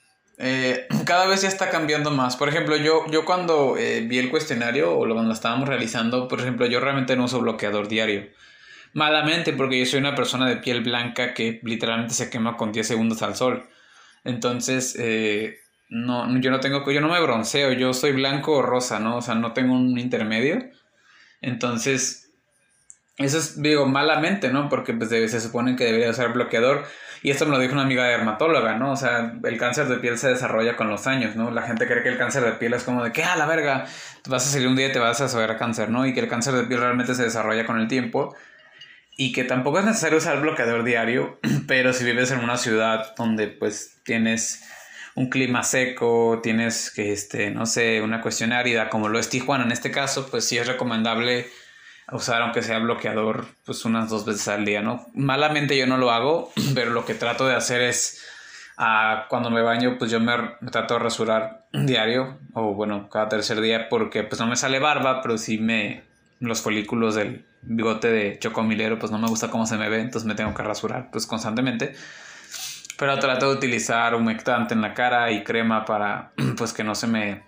eh, cada vez ya está cambiando más. Por ejemplo, yo, yo cuando eh, vi el cuestionario o cuando lo estábamos realizando, por ejemplo, yo realmente no uso bloqueador diario. Malamente, porque yo soy una persona de piel blanca que literalmente se quema con diez segundos al sol. Entonces, eh, no, yo no tengo, yo no me bronceo, yo soy blanco o rosa, ¿no? O sea, no tengo un intermedio. Entonces, eso es, digo, malamente, ¿no? Porque pues, se supone que debería usar bloqueador. Y esto me lo dijo una amiga dermatóloga, ¿no? O sea, el cáncer de piel se desarrolla con los años, ¿no? La gente cree que el cáncer de piel es como de que, ah, la verga, vas a salir un día y te vas a desarrollar cáncer, ¿no? Y que el cáncer de piel realmente se desarrolla con el tiempo. Y que tampoco es necesario usar bloqueador diario, pero si vives en una ciudad donde pues tienes un clima seco, tienes que, este, no sé, una cuestión árida como lo es Tijuana en este caso, pues sí es recomendable usar aunque sea bloqueador pues unas dos veces al día, ¿no? Malamente yo no lo hago, pero lo que trato de hacer es uh, cuando me baño pues yo me, me trato de rasurar diario o bueno, cada tercer día porque pues no me sale barba, pero sí me los folículos del bigote de chocomilero pues no me gusta cómo se me ve, entonces me tengo que rasurar pues constantemente. Pero trato de utilizar humectante en la cara y crema para pues que no se me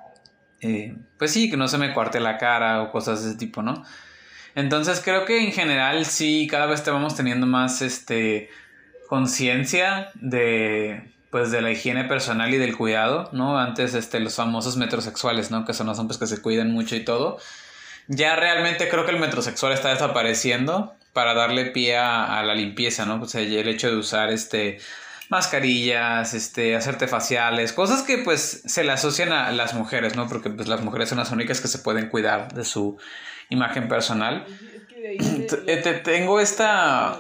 eh, pues sí, que no se me cuarte la cara o cosas de ese tipo, ¿no? Entonces creo que en general sí, cada vez te vamos teniendo más este conciencia de pues de la higiene personal y del cuidado, ¿no? Antes este los famosos metrosexuales, ¿no? Que son los hombres que se cuidan mucho y todo. Ya realmente creo que el metrosexual está desapareciendo para darle pie a, a la limpieza, ¿no? O sea, el hecho de usar este mascarillas, este, hacerte faciales, cosas que pues se le asocian a las mujeres, ¿no? Porque pues las mujeres son las únicas que se pueden cuidar de su imagen personal. Te, te, tengo esta...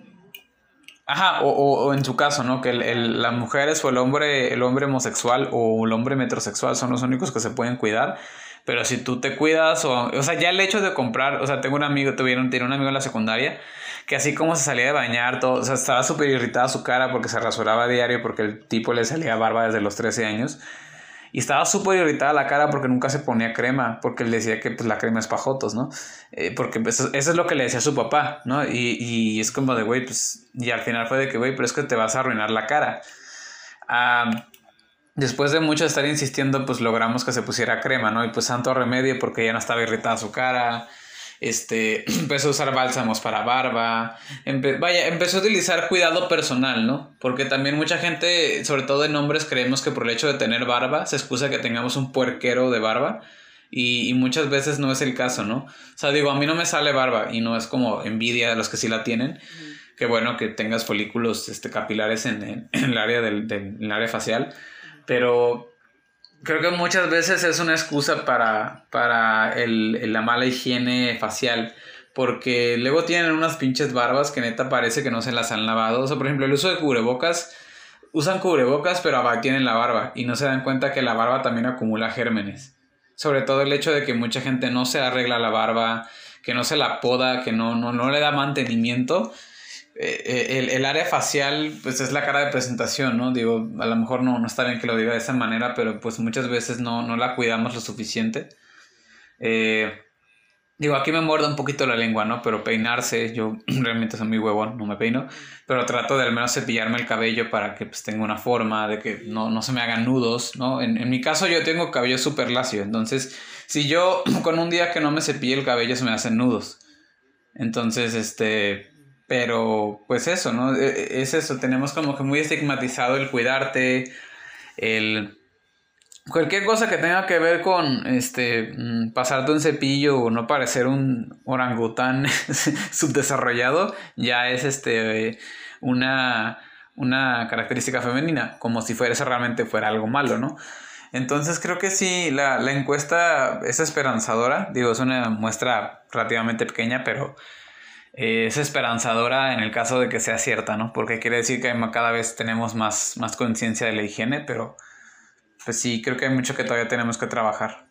Ajá, o, o, o en su caso, ¿no? Que el, el, las mujeres o el hombre, el hombre homosexual o el hombre metrosexual son los únicos que se pueden cuidar. Pero si tú te cuidas o... O sea, ya el hecho de comprar... O sea, tengo un amigo, tuvieron, tenía un amigo en la secundaria que así como se salía de bañar, todo... O sea, estaba súper irritada su cara porque se rasuraba a diario porque el tipo le salía barba desde los trece años. Y estaba súper irritada la cara porque nunca se ponía crema. Porque él decía que pues, la crema es pa' jotos, ¿no? Eh, porque eso, eso es lo que le decía a su papá, ¿no? Y, y es como de, güey, pues... Y al final fue de que, güey, pero es que te vas a arruinar la cara. Ah... Um, después de mucho estar insistiendo, pues logramos que se pusiera crema, ¿no? Y pues santo remedio porque ya no estaba irritada su cara. Este, empezó a usar bálsamos para barba. Empe- vaya, empezó a utilizar cuidado personal, ¿no? Porque también mucha gente, sobre todo en hombres, creemos que por el hecho de tener barba se excusa que tengamos un puerquero de barba. Y, y muchas veces no es el caso, ¿no? O sea, digo, a mí no me sale barba y no es como envidia de los que sí la tienen. Qué bueno que tengas folículos este, capilares en, en, en el área del, del en el área facial. Pero creo que muchas veces es una excusa para, para el, el- la mala higiene facial. Porque luego tienen unas pinches barbas que neta parece que no se las han lavado. O sea, por ejemplo, el uso de cubrebocas. Usan cubrebocas, pero abajo tienen la barba. Y no se dan cuenta que la barba también acumula gérmenes. Sobre todo el hecho de que mucha gente no se arregla la barba, que no se la poda, que no, no, no le da mantenimiento. Eh, eh, el, el área facial pues es la cara de presentación, ¿no? Digo, a lo mejor no, no está bien que lo diga de esa manera, pero pues muchas veces no, no la cuidamos lo suficiente. Eh, Digo, aquí me muerdo un poquito la lengua, ¿no? Pero peinarse, yo realmente soy muy huevón, no me peino, pero trato de al menos cepillarme el cabello para que pues tenga una forma, de que no, no se me hagan nudos, ¿no? En, en mi caso yo tengo cabello súper lacio, entonces si yo con un día que no me cepille el cabello se me hacen nudos. Entonces, este, pero pues eso, ¿no? E- e- Es eso, tenemos como que muy estigmatizado el cuidarte, el cualquier cosa que tenga que ver con este mm, pasarte un cepillo o no parecer un orangután subdesarrollado, ya es este eh, una, una característica femenina, como si fuera eso realmente fuera algo malo, ¿no? Entonces creo que sí, la, la encuesta es esperanzadora, digo, es una muestra relativamente pequeña, pero eh, es esperanzadora en el caso de que sea cierta, ¿no? Porque quiere decir que cada vez tenemos más, más conciencia de la higiene, pero pues sí, creo que hay mucho que todavía tenemos que trabajar.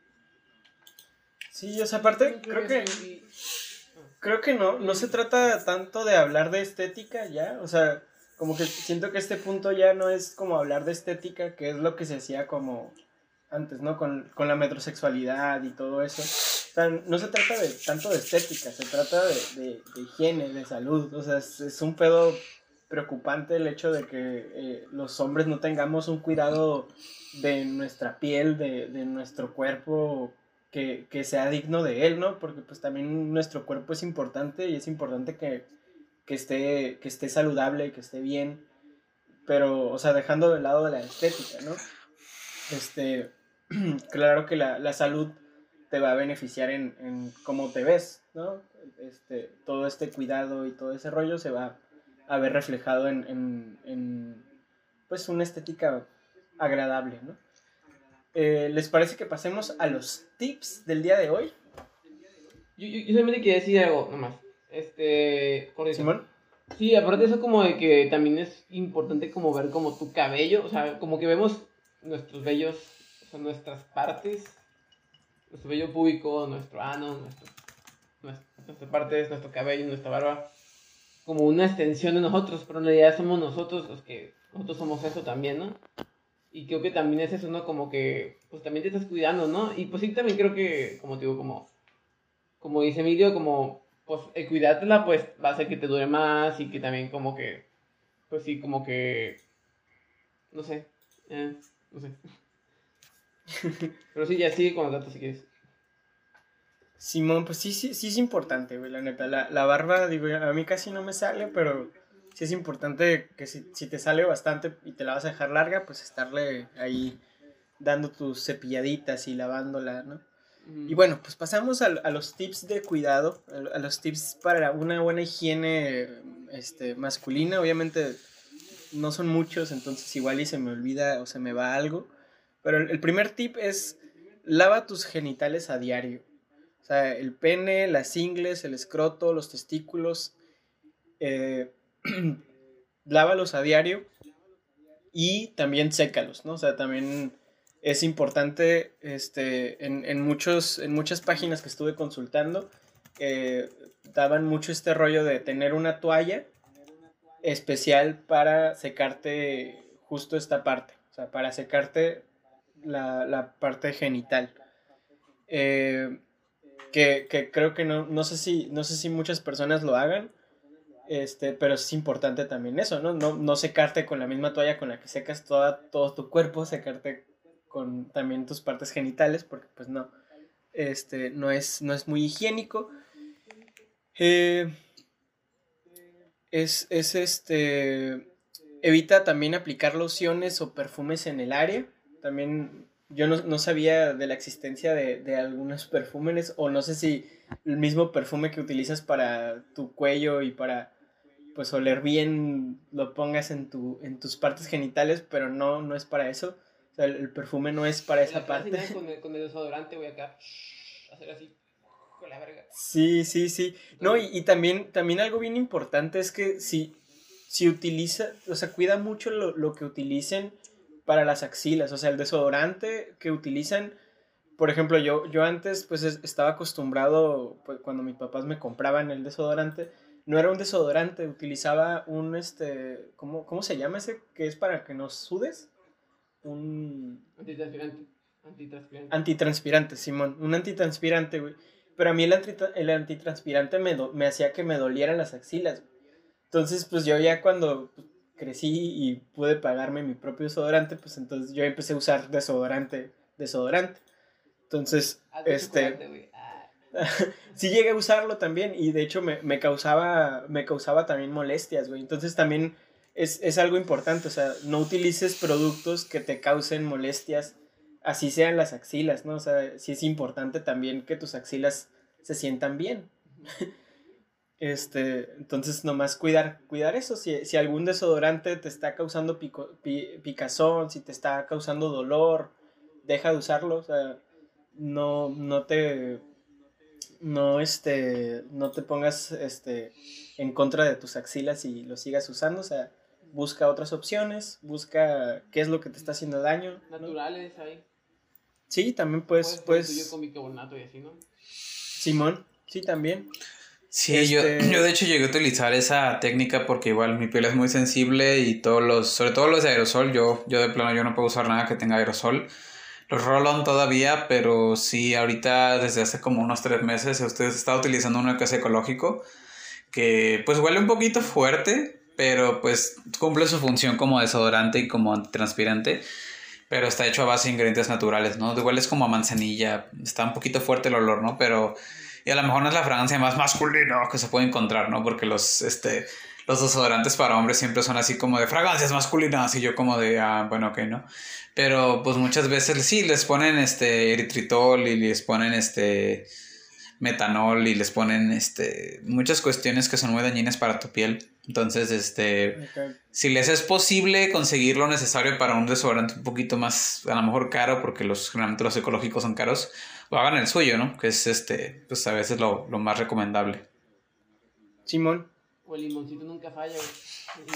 Sí, o sea, aparte, creo que, creo que no, no se trata tanto de hablar de estética ya, o sea, como que siento que este punto ya no es como hablar de estética, que es lo que se hacía como antes, ¿no? Con, con la metrosexualidad y todo eso. O sea, no se trata de tanto de estética, se trata de, de, de higiene, de salud, o sea, es, es un pedo preocupante el hecho de que eh, los hombres no tengamos un cuidado de nuestra piel, de, de nuestro cuerpo, que, que sea digno de él, ¿no? Porque pues también nuestro cuerpo es importante y es importante que, que, esté, que esté saludable, que esté bien, pero, o sea, dejando de lado de la estética, ¿no? Este, claro que la, la salud te va a beneficiar en, en cómo te ves, ¿no? Este, todo este cuidado y todo ese rollo se va a ver reflejado en, en, en pues, una estética agradable, ¿no? Eh, ¿Les parece que pasemos a los tips del día de hoy? Yo, yo, yo solamente quería decir algo nomás. Este, correcto. Simón. Sí, aparte de eso como de que también es importante como ver como tu cabello, o sea, como que vemos nuestros vellos, o sea, nuestras partes, nuestro vello púbico, nuestro ano, nuestro, nuestra, nuestra parte, nuestro cabello, nuestra barba, como una extensión de nosotros, pero en realidad somos nosotros los que, nosotros somos eso también, ¿no? Y creo que también es eso, ¿no? Como que, pues también te estás cuidando, ¿no? Y pues sí, también creo que, como te digo, como, como dice Emilio, como, pues el cuidártela, pues va a hacer que te dure más y que también como que, pues sí, como que, no sé, eh, no sé. Pero sí, ya sigue con los datos si quieres. Simón, pues sí, sí, sí es importante, güey, la neta. La, la barba, digo, a mí casi no me sale, pero sí es importante que si, si te sale bastante y te la vas a dejar larga, pues estarle ahí dando tus cepilladitas y lavándola, ¿no? Mm. Y bueno, pues pasamos a, a los tips de cuidado, a, a los tips para una buena higiene este, masculina. Obviamente no son muchos, entonces igual y se me olvida o se me va algo. Pero el, el primer tip es lava tus genitales a diario. O sea, el pene, las ingles, el escroto, los testículos, eh, lávalos a diario y también sécalos, ¿no? O sea, también es importante, este, en, en, muchos, en muchas páginas que estuve consultando, eh, daban mucho este rollo de tener una toalla especial para secarte justo esta parte, o sea, para secarte la, la parte genital. Eh, que, que creo que no, no sé si, no sé si muchas personas lo hagan, Este, pero es importante también eso, ¿no? No, no secarte con la misma toalla con la que secas toda, todo tu cuerpo, secarte con también tus partes genitales, porque pues no, este, no es, no es muy higiénico. Eh, es, es este, evita también aplicar lociones o perfumes en el área. También yo no, no sabía de la existencia de, de algunos perfumes, o no sé si el mismo perfume que utilizas para tu cuello y para pues oler bien lo pongas en, tu, en tus partes genitales, pero no, no es para eso. O sea, el, el perfume no es para esa parte. Con el, con el desodorante voy acá hacer así con la verga. Sí, sí, sí. No, y, y también, también algo bien importante es que si, si utiliza, o sea, cuida mucho lo, lo que utilicen para las axilas. O sea, el desodorante que utilizan, por ejemplo, yo, yo antes pues es, estaba acostumbrado, pues, cuando mis papás me compraban el desodorante, no era un desodorante, utilizaba un, este, ¿cómo, cómo se llama ese? Que es para que no sudes. Un... Antitranspirante. Antitranspirante. Antitranspirante, Simón. Un antitranspirante, güey. Pero a mí el, antitra el antitranspirante me, do me hacía que me dolieran las axilas. Entonces, pues yo ya cuando crecí y pude pagarme mi propio desodorante, pues entonces yo empecé a usar desodorante, desodorante. Entonces, ah, este... Ah. Sí llegué a usarlo también y de hecho me, me, causaba, me causaba también molestias, güey. Entonces también es, es algo importante, o sea, no utilices productos que te causen molestias, así sean las axilas, ¿no? O sea, sí es importante también que tus axilas se sientan bien. Este, entonces nomás cuidar, cuidar eso, si, si algún desodorante te está causando pico, pi, picazón, si te está causando dolor, deja de usarlo, o sea, no, no te... no este no te pongas este en contra de tus axilas y lo sigas usando, o sea, busca otras opciones, busca qué es lo que te está haciendo daño, ¿no? Naturales ahí. Sí, también puedes puedes pues, con bicarbonato y así, ¿no? Simón, sí, también. Sí, este... yo, yo de hecho llegué a utilizar esa técnica porque igual mi piel es muy sensible y todos los, sobre todo los de aerosol, yo, yo de plano yo no puedo usar nada que tenga aerosol. Los roll-on todavía, pero sí, ahorita desde hace como unos tres meses usted está utilizando uno que es ecológico, que pues huele un poquito fuerte, pero pues cumple su función como desodorante y como antitranspirante, pero está hecho a base de ingredientes naturales, ¿no? Huele es como a manzanilla, está un poquito fuerte el olor, ¿no? Pero, y a lo mejor no es la fragancia más masculina que se puede encontrar, ¿no? Porque los, este... los desodorantes para hombres siempre son así como de fragancias masculinas y yo como de, ah, bueno, ok, ¿no? Pero pues muchas veces sí, les ponen este eritritol y les ponen este metanol y les ponen este muchas cuestiones que son muy dañinas para tu piel. Entonces, este, okay. Si les es posible conseguir lo necesario para un desodorante un poquito más, a lo mejor caro, porque los, generalmente los ecológicos son caros, lo hagan el suyo, ¿no? Que es este, pues a veces lo, lo más recomendable. Simón. O el limoncito nunca falla, güey.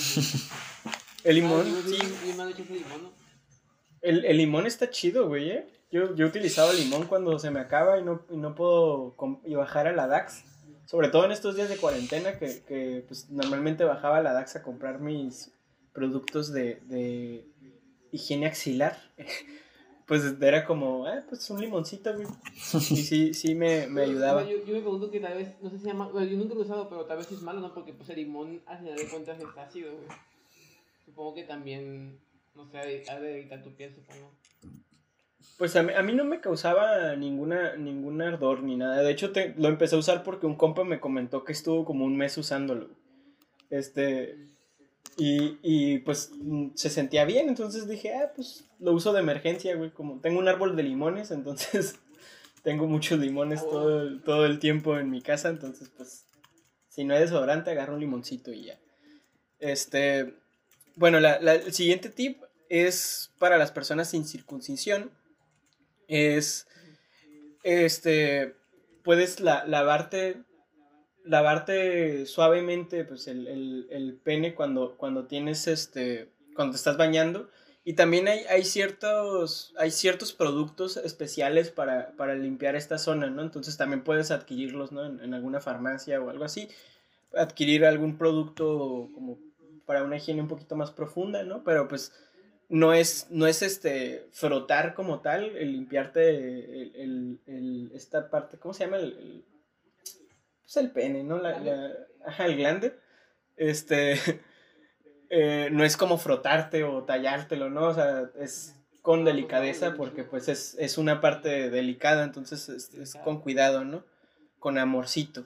El limón, ah, sí. Bien mal hecho ese limón, ¿no? El, el limón está chido, güey, ¿eh? Yo, yo he utilizado el limón cuando se me acaba y no, y no puedo y bajar a la Dax. Sobre todo en estos días de cuarentena que, que pues, normalmente bajaba a la Dax a comprar mis productos de, de higiene axilar. Pues era como, ah, pues un limoncito, güey. Y sí, sí me, me ayudaba. Yo, yo me pregunto que tal vez, no sé si se llama, bueno, yo nunca lo he usado, pero tal vez es malo, ¿no? Porque pues el limón, al final de cuentas, es ácido, güey. Supongo que también, no sé, ha de evitar tu piel, supongo. Pues a mí, a mí no me causaba ninguna, ningún ardor ni nada. De hecho, te, lo empecé a usar porque un compa me comentó que estuvo como un mes usándolo. Este... Y, y pues se sentía bien, entonces dije, ah, pues lo uso de emergencia, güey. Como tengo un árbol de limones, entonces tengo muchos limones oh. todo, el, todo el tiempo en mi casa, entonces pues si no hay desodorante, agarro un limoncito y ya. Este, bueno, la, la, el siguiente tip es para las personas sin circuncisión. Es, este, puedes la, lavarte... lavarte suavemente pues el, el, el pene cuando, cuando tienes este cuando te estás bañando, y también hay, hay ciertos hay ciertos productos especiales para, para limpiar esta zona, ¿no? Entonces también puedes adquirirlos, ¿no? en, en alguna farmacia o algo así, adquirir algún producto como para una higiene un poquito más profunda, ¿no? Pero pues no es, no es este frotar como tal, el limpiarte el, el, el, esta parte, ¿cómo se llama? el, el pues el pene, ¿no? La, la, ajá, el glande. este, eh, no es como frotarte o tallártelo, ¿no? O sea, es con delicadeza porque pues es, es una parte delicada, entonces es, es con cuidado, ¿no? Con amorcito.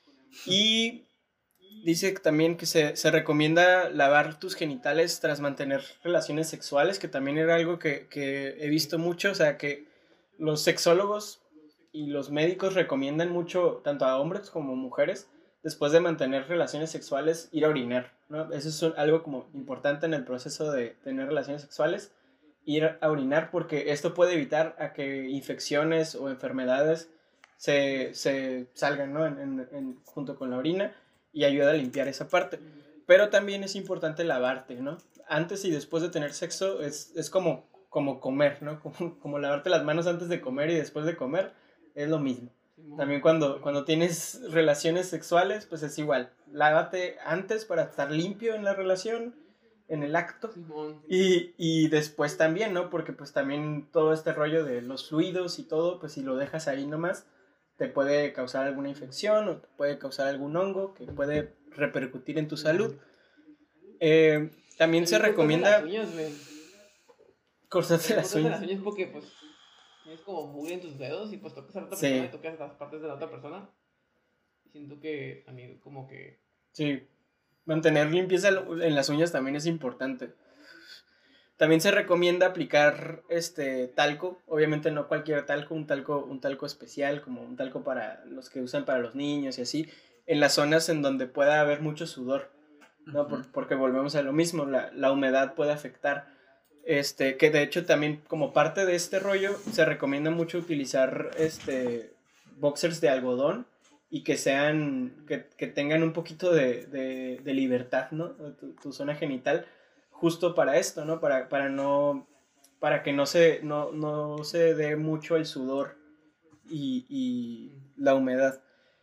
Y dice también que se, se recomienda lavar tus genitales tras mantener relaciones sexuales, que también era algo que, que he visto mucho, o sea, que los sexólogos y los médicos recomiendan mucho, tanto a hombres como a mujeres, después de mantener relaciones sexuales, ir a orinar, ¿no? Eso es algo como importante en el proceso de tener relaciones sexuales, ir a orinar, porque esto puede evitar a que infecciones o enfermedades se, se salgan, ¿no? en, en, en, junto con la orina, y ayuda a limpiar esa parte. Pero también es importante lavarte, ¿no? Antes y después de tener sexo es, es como, como comer, ¿no? Como, como lavarte las manos antes de comer y después de comer, es lo mismo. También cuando, cuando tienes relaciones sexuales, pues es igual. Lávate antes para estar limpio en la relación, en el acto. Y, y después también, ¿no? Porque pues también todo este rollo de los fluidos y todo, pues si lo dejas ahí nomás, te puede causar alguna infección o te puede causar algún hongo que puede repercutir en tu salud. Eh, también se recomienda... Las uñas, güey. Cortarte las uñas. las uñas porque pues tienes como mugre en tus dedos y pues tocas a la otra Sí. persona y tocas las partes de la otra persona. Y siento que también como que... Sí, mantener limpieza en las uñas también es importante. También se recomienda aplicar este talco, obviamente no cualquier talco, un talco, un talco especial, como un talco para los que usan para los niños y así, en las zonas en donde pueda haber mucho sudor, ¿no? Uh-huh. Por, porque volvemos a lo mismo, la, la humedad puede afectar, este, que de hecho también como parte de este rollo se recomienda mucho utilizar este, boxers de algodón y que sean, que, que tengan un poquito de, de, de libertad, ¿no? Tu, tu zona genital, justo para esto, ¿no? Para, para no, para que no se, no, no se dé mucho el sudor y, y la humedad.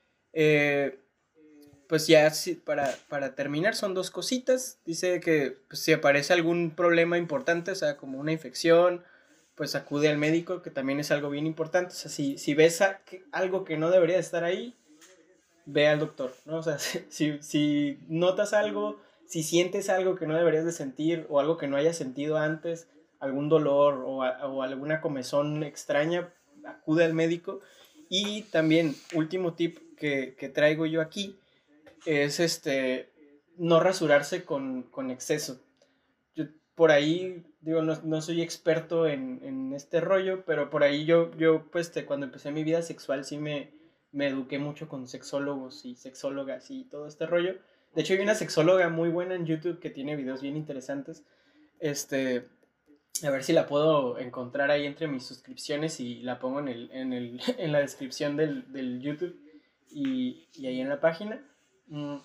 Eh, pues ya sí, para, para terminar son dos cositas. Dice que pues, si aparece algún problema importante, o sea, como una infección, pues acude al médico, que también es algo bien importante. O sea, si, si ves a, que, algo que no debería estar ahí, ve al doctor, ¿no? O sea, si, si notas algo, si sientes algo que no deberías de sentir o algo que no hayas sentido antes, algún dolor o, a, o alguna comezón extraña, acude al médico. Y también, último tip que, que traigo yo aquí, es este, no rasurarse con, con exceso. Yo por ahí, digo, no, no soy experto en, en este rollo, pero por ahí yo, yo pues, te, cuando empecé mi vida sexual sí me, me eduqué mucho con sexólogos y sexólogas y todo este rollo. De hecho, hay una sexóloga muy buena en YouTube que tiene videos bien interesantes. Este, a ver si la puedo encontrar ahí entre mis suscripciones y la pongo en, el, en, el, en la descripción del, del YouTube y, y ahí en la página. Mm.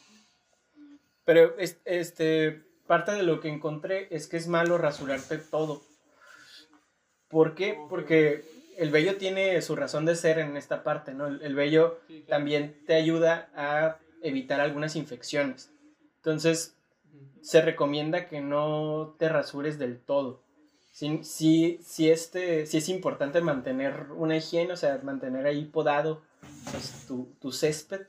Pero este, parte de lo que encontré es que es malo rasurarte todo. ¿Por qué? Porque el vello tiene su razón de ser en esta parte, ¿no? El, el vello sí, claro. También te ayuda a evitar algunas infecciones. Entonces, se recomienda que no te rasures del todo. Sí, sí, sí, este, sí es importante mantener una higiene, o sea, mantener ahí podado pues, tu, tu césped,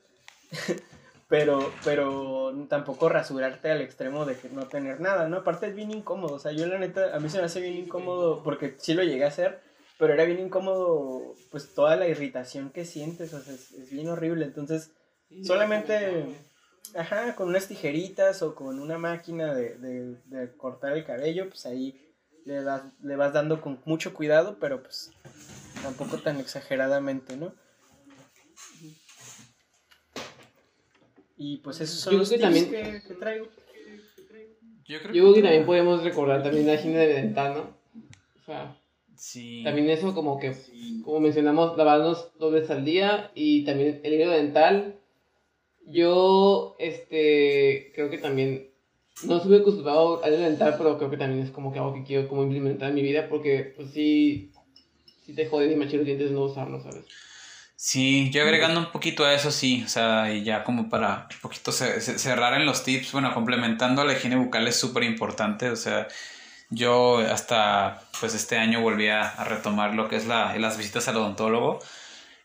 pero, pero tampoco rasurarte al extremo de que no tener nada, ¿no? Aparte es bien incómodo, o sea, yo la neta, a mí se me hace bien incómodo, porque sí lo llegué a hacer, pero era bien incómodo, pues, toda la irritación que sientes, o sea, es, es bien horrible, entonces, solamente... Ajá, con unas tijeritas o con una máquina de, de, de cortar el cabello, pues ahí le, das, le vas dando con mucho cuidado, pero pues tampoco tan exageradamente, ¿no? Y pues esos son yo los creo que tips también, que, que traigo. Yo creo, yo creo que, que también podemos recordar también la higiene dental, ¿no? O sea, sí. También eso como que, como mencionamos, lavarnos dos veces al día y también el hilo dental. Yo, este, creo que también, no estuve acostumbrado al dental, pero creo que también es como que algo que quiero como implementar en mi vida, porque, pues, sí, sí te jode y los dientes no usarlo, ¿sabes? Sí, yo agregando un poquito a eso, sí, o sea, y ya como para un poquito cerrar en los tips, bueno, complementando la higiene bucal es súper importante, o sea, yo hasta, pues, este año volví a, a retomar lo que es la, las visitas al odontólogo.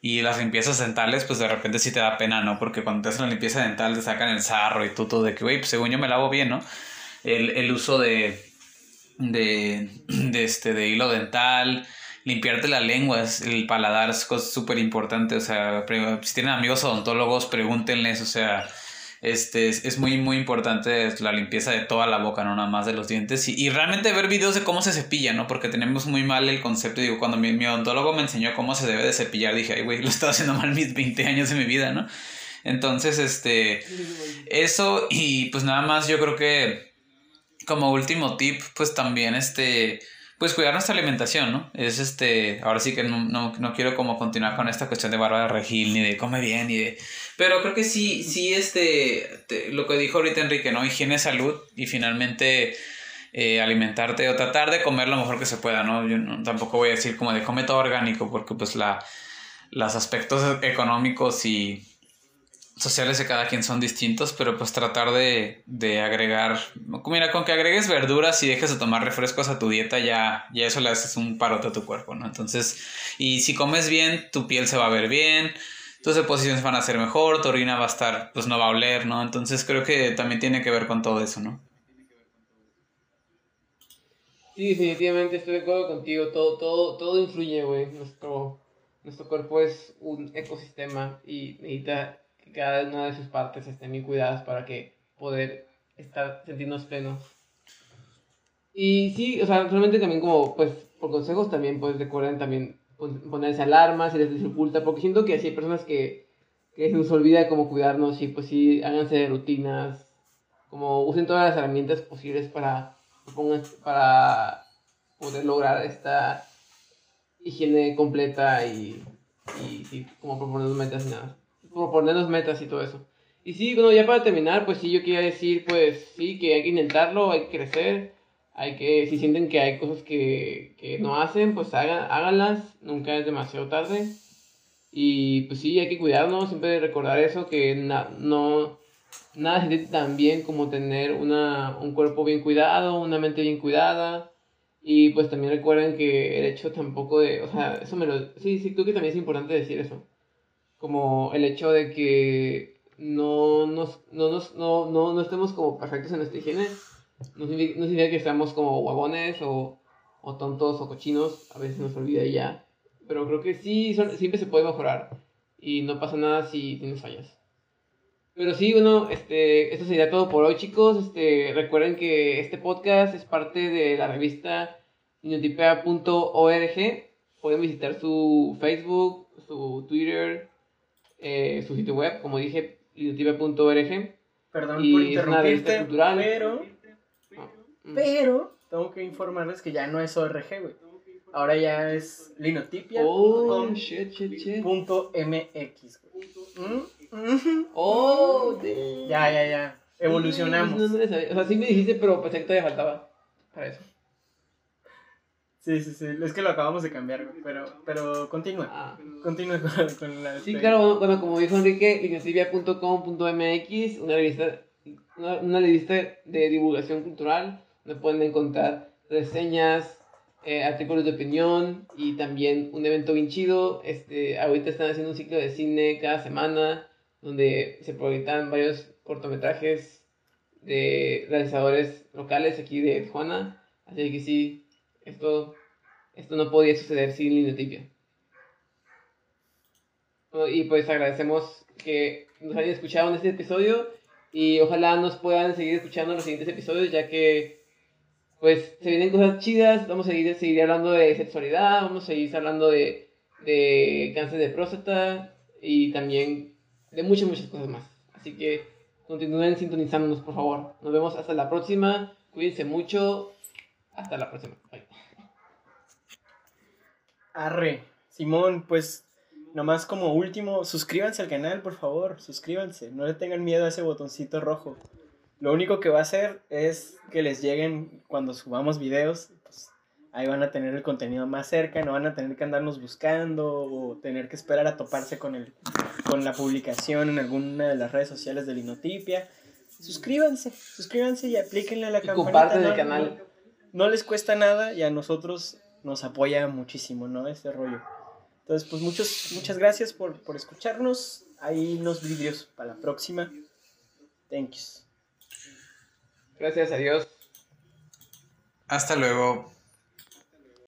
Y las limpiezas dentales, pues de repente sí te da pena, ¿no? Porque cuando te hacen la limpieza dental te sacan el sarro y tú todo de que, güey, pues según yo me lavo bien, ¿no? El, el uso de, de, de, este, de hilo dental, limpiarte la lengua, el paladar es cosa súper importante, o sea, si tienen amigos odontólogos, pregúntenles, o sea, este, es, es muy, muy importante la limpieza de toda la boca, no nada más de los dientes, y, y realmente ver videos de cómo se cepilla, ¿no? Porque tenemos muy mal el concepto, digo, cuando mi, mi odontólogo me enseñó cómo se debe de cepillar, dije, ay, güey, lo he estado haciendo mal mis veinte años de mi vida, ¿no? Entonces, este, eso, y pues nada más yo creo que como último tip, pues también, este, pues cuidar nuestra alimentación, ¿no? Es este, ahora sí que no, no, no quiero como continuar con esta cuestión de Bárbara Regil, ni de come bien, ni de... Pero creo que sí, sí, este, te, lo que dijo ahorita Enrique, ¿no? Higiene, salud y finalmente eh, alimentarte o tratar de comer lo mejor que se pueda, ¿no? Yo no, tampoco voy a decir como de come todo orgánico porque pues la, los aspectos económicos y sociales de cada quien son distintos, pero pues tratar de, de agregar, mira, con que agregues verduras y dejes de tomar refrescos a tu dieta, ya, ya eso le haces un parote a tu cuerpo, ¿no? Entonces, y si comes bien, tu piel se va a ver bien, tus deposiciones van a ser mejor, tu orina va a estar, pues no va a oler, ¿no? Entonces creo que también tiene que ver con todo eso, ¿no? Sí, definitivamente estoy de acuerdo contigo, todo, todo, todo influye, güey, nuestro, nuestro cuerpo es un ecosistema y necesita que cada una de sus partes estén bien cuidadas para que poder estar, sentirnos plenos. Y sí, o sea, realmente también como, pues, por consejos también, pues, recuerden también ponerse alarmas si les dificulta, porque siento que así hay personas que, que se nos olvida cómo cuidarnos y pues sí, háganse de rutinas, como usen todas las herramientas posibles para, para poder lograr esta higiene completa y, y, y como proponernos metas y nada, proponernos metas y todo eso. Y sí, bueno, ya para terminar, pues sí, yo quería decir, pues sí, que hay que intentarlo, hay que crecer, hay que, si sienten que hay cosas que, que no hacen, pues hagan, háganlas, nunca es demasiado tarde. Y pues sí, hay que cuidarnos, siempre recordar eso, que na, no, nada se siente tan bien como tener una, un cuerpo bien cuidado, una mente bien cuidada. Y pues también recuerden que el hecho tampoco de, o sea, eso me lo, sí, sí, creo que también es importante decir eso. Como el hecho de que no nos, no, nos, no, no, no estemos como perfectos en nuestra higiene. No significa, no significa que seamos como huevones o, o tontos o cochinos, a veces nos olvida y ya. Pero creo que sí, son, siempre se puede mejorar y no pasa nada si tienes fallas. Pero sí, bueno, este, esto sería todo por hoy, chicos. Este, recuerden que este podcast es parte de la revista linotipia punto org. Pueden visitar su Facebook, su Twitter, eh, su sitio web, como dije, linotipia punto org. Perdón y por es una revista interrumpirte, cultural. pero, pero tengo que informarles que ya no es O R G, güey. Ahora ya es linotipia Oh, shit, shit, shit. punto m x, güey. ¿Mm? ¿Mm? Oh, damn. Ya, ya, ya. Evolucionamos. No, no le sabía. O sea, sí me dijiste, pero pensé que todavía faltaba para eso. Sí, sí, sí. Es que lo acabamos de cambiar, güey. Pero, pero continúa. Ah. Continúa con, con la... Sí, claro, bueno, como dijo Enrique, linotipia punto com punto m x, una revista, una, una revista de divulgación cultural, donde pueden encontrar reseñas, eh, artículos de opinión y también un evento bien chido. Este, ahorita están haciendo un ciclo de cine cada semana, donde se proyectan varios cortometrajes de realizadores locales aquí de Tijuana. Así que sí, esto, esto no podía suceder sin Linotipia. Y pues agradecemos que nos hayan escuchado en este episodio y ojalá nos puedan seguir escuchando en los siguientes episodios, ya que pues se vienen cosas chidas. Vamos a seguir, seguir hablando de sexualidad, vamos a seguir hablando de, de cáncer de próstata y también de muchas, muchas cosas más. Así que continúen sintonizándonos, por favor. Nos vemos hasta la próxima. Cuídense mucho. Hasta la próxima. Bye. Arre, Simón, pues nomás como último, suscríbanse al canal, por favor, suscríbanse, no le tengan miedo a ese botoncito rojo. Lo único que va a hacer es que les lleguen cuando subamos videos, pues ahí van a tener el contenido más cerca, no van a tener que andarnos buscando o tener que esperar a toparse con, el, con la publicación en alguna de las redes sociales de Linotipia. Suscríbanse, suscríbanse y aplíquenle a la y campanita. Comparten no, el canal. No, no les cuesta nada y a nosotros nos apoya muchísimo, ¿no? Este rollo. Entonces, pues muchos, muchas gracias por, por escucharnos. Ahí nos vidrios para la próxima. Thank you. Gracias, adiós. Hasta luego.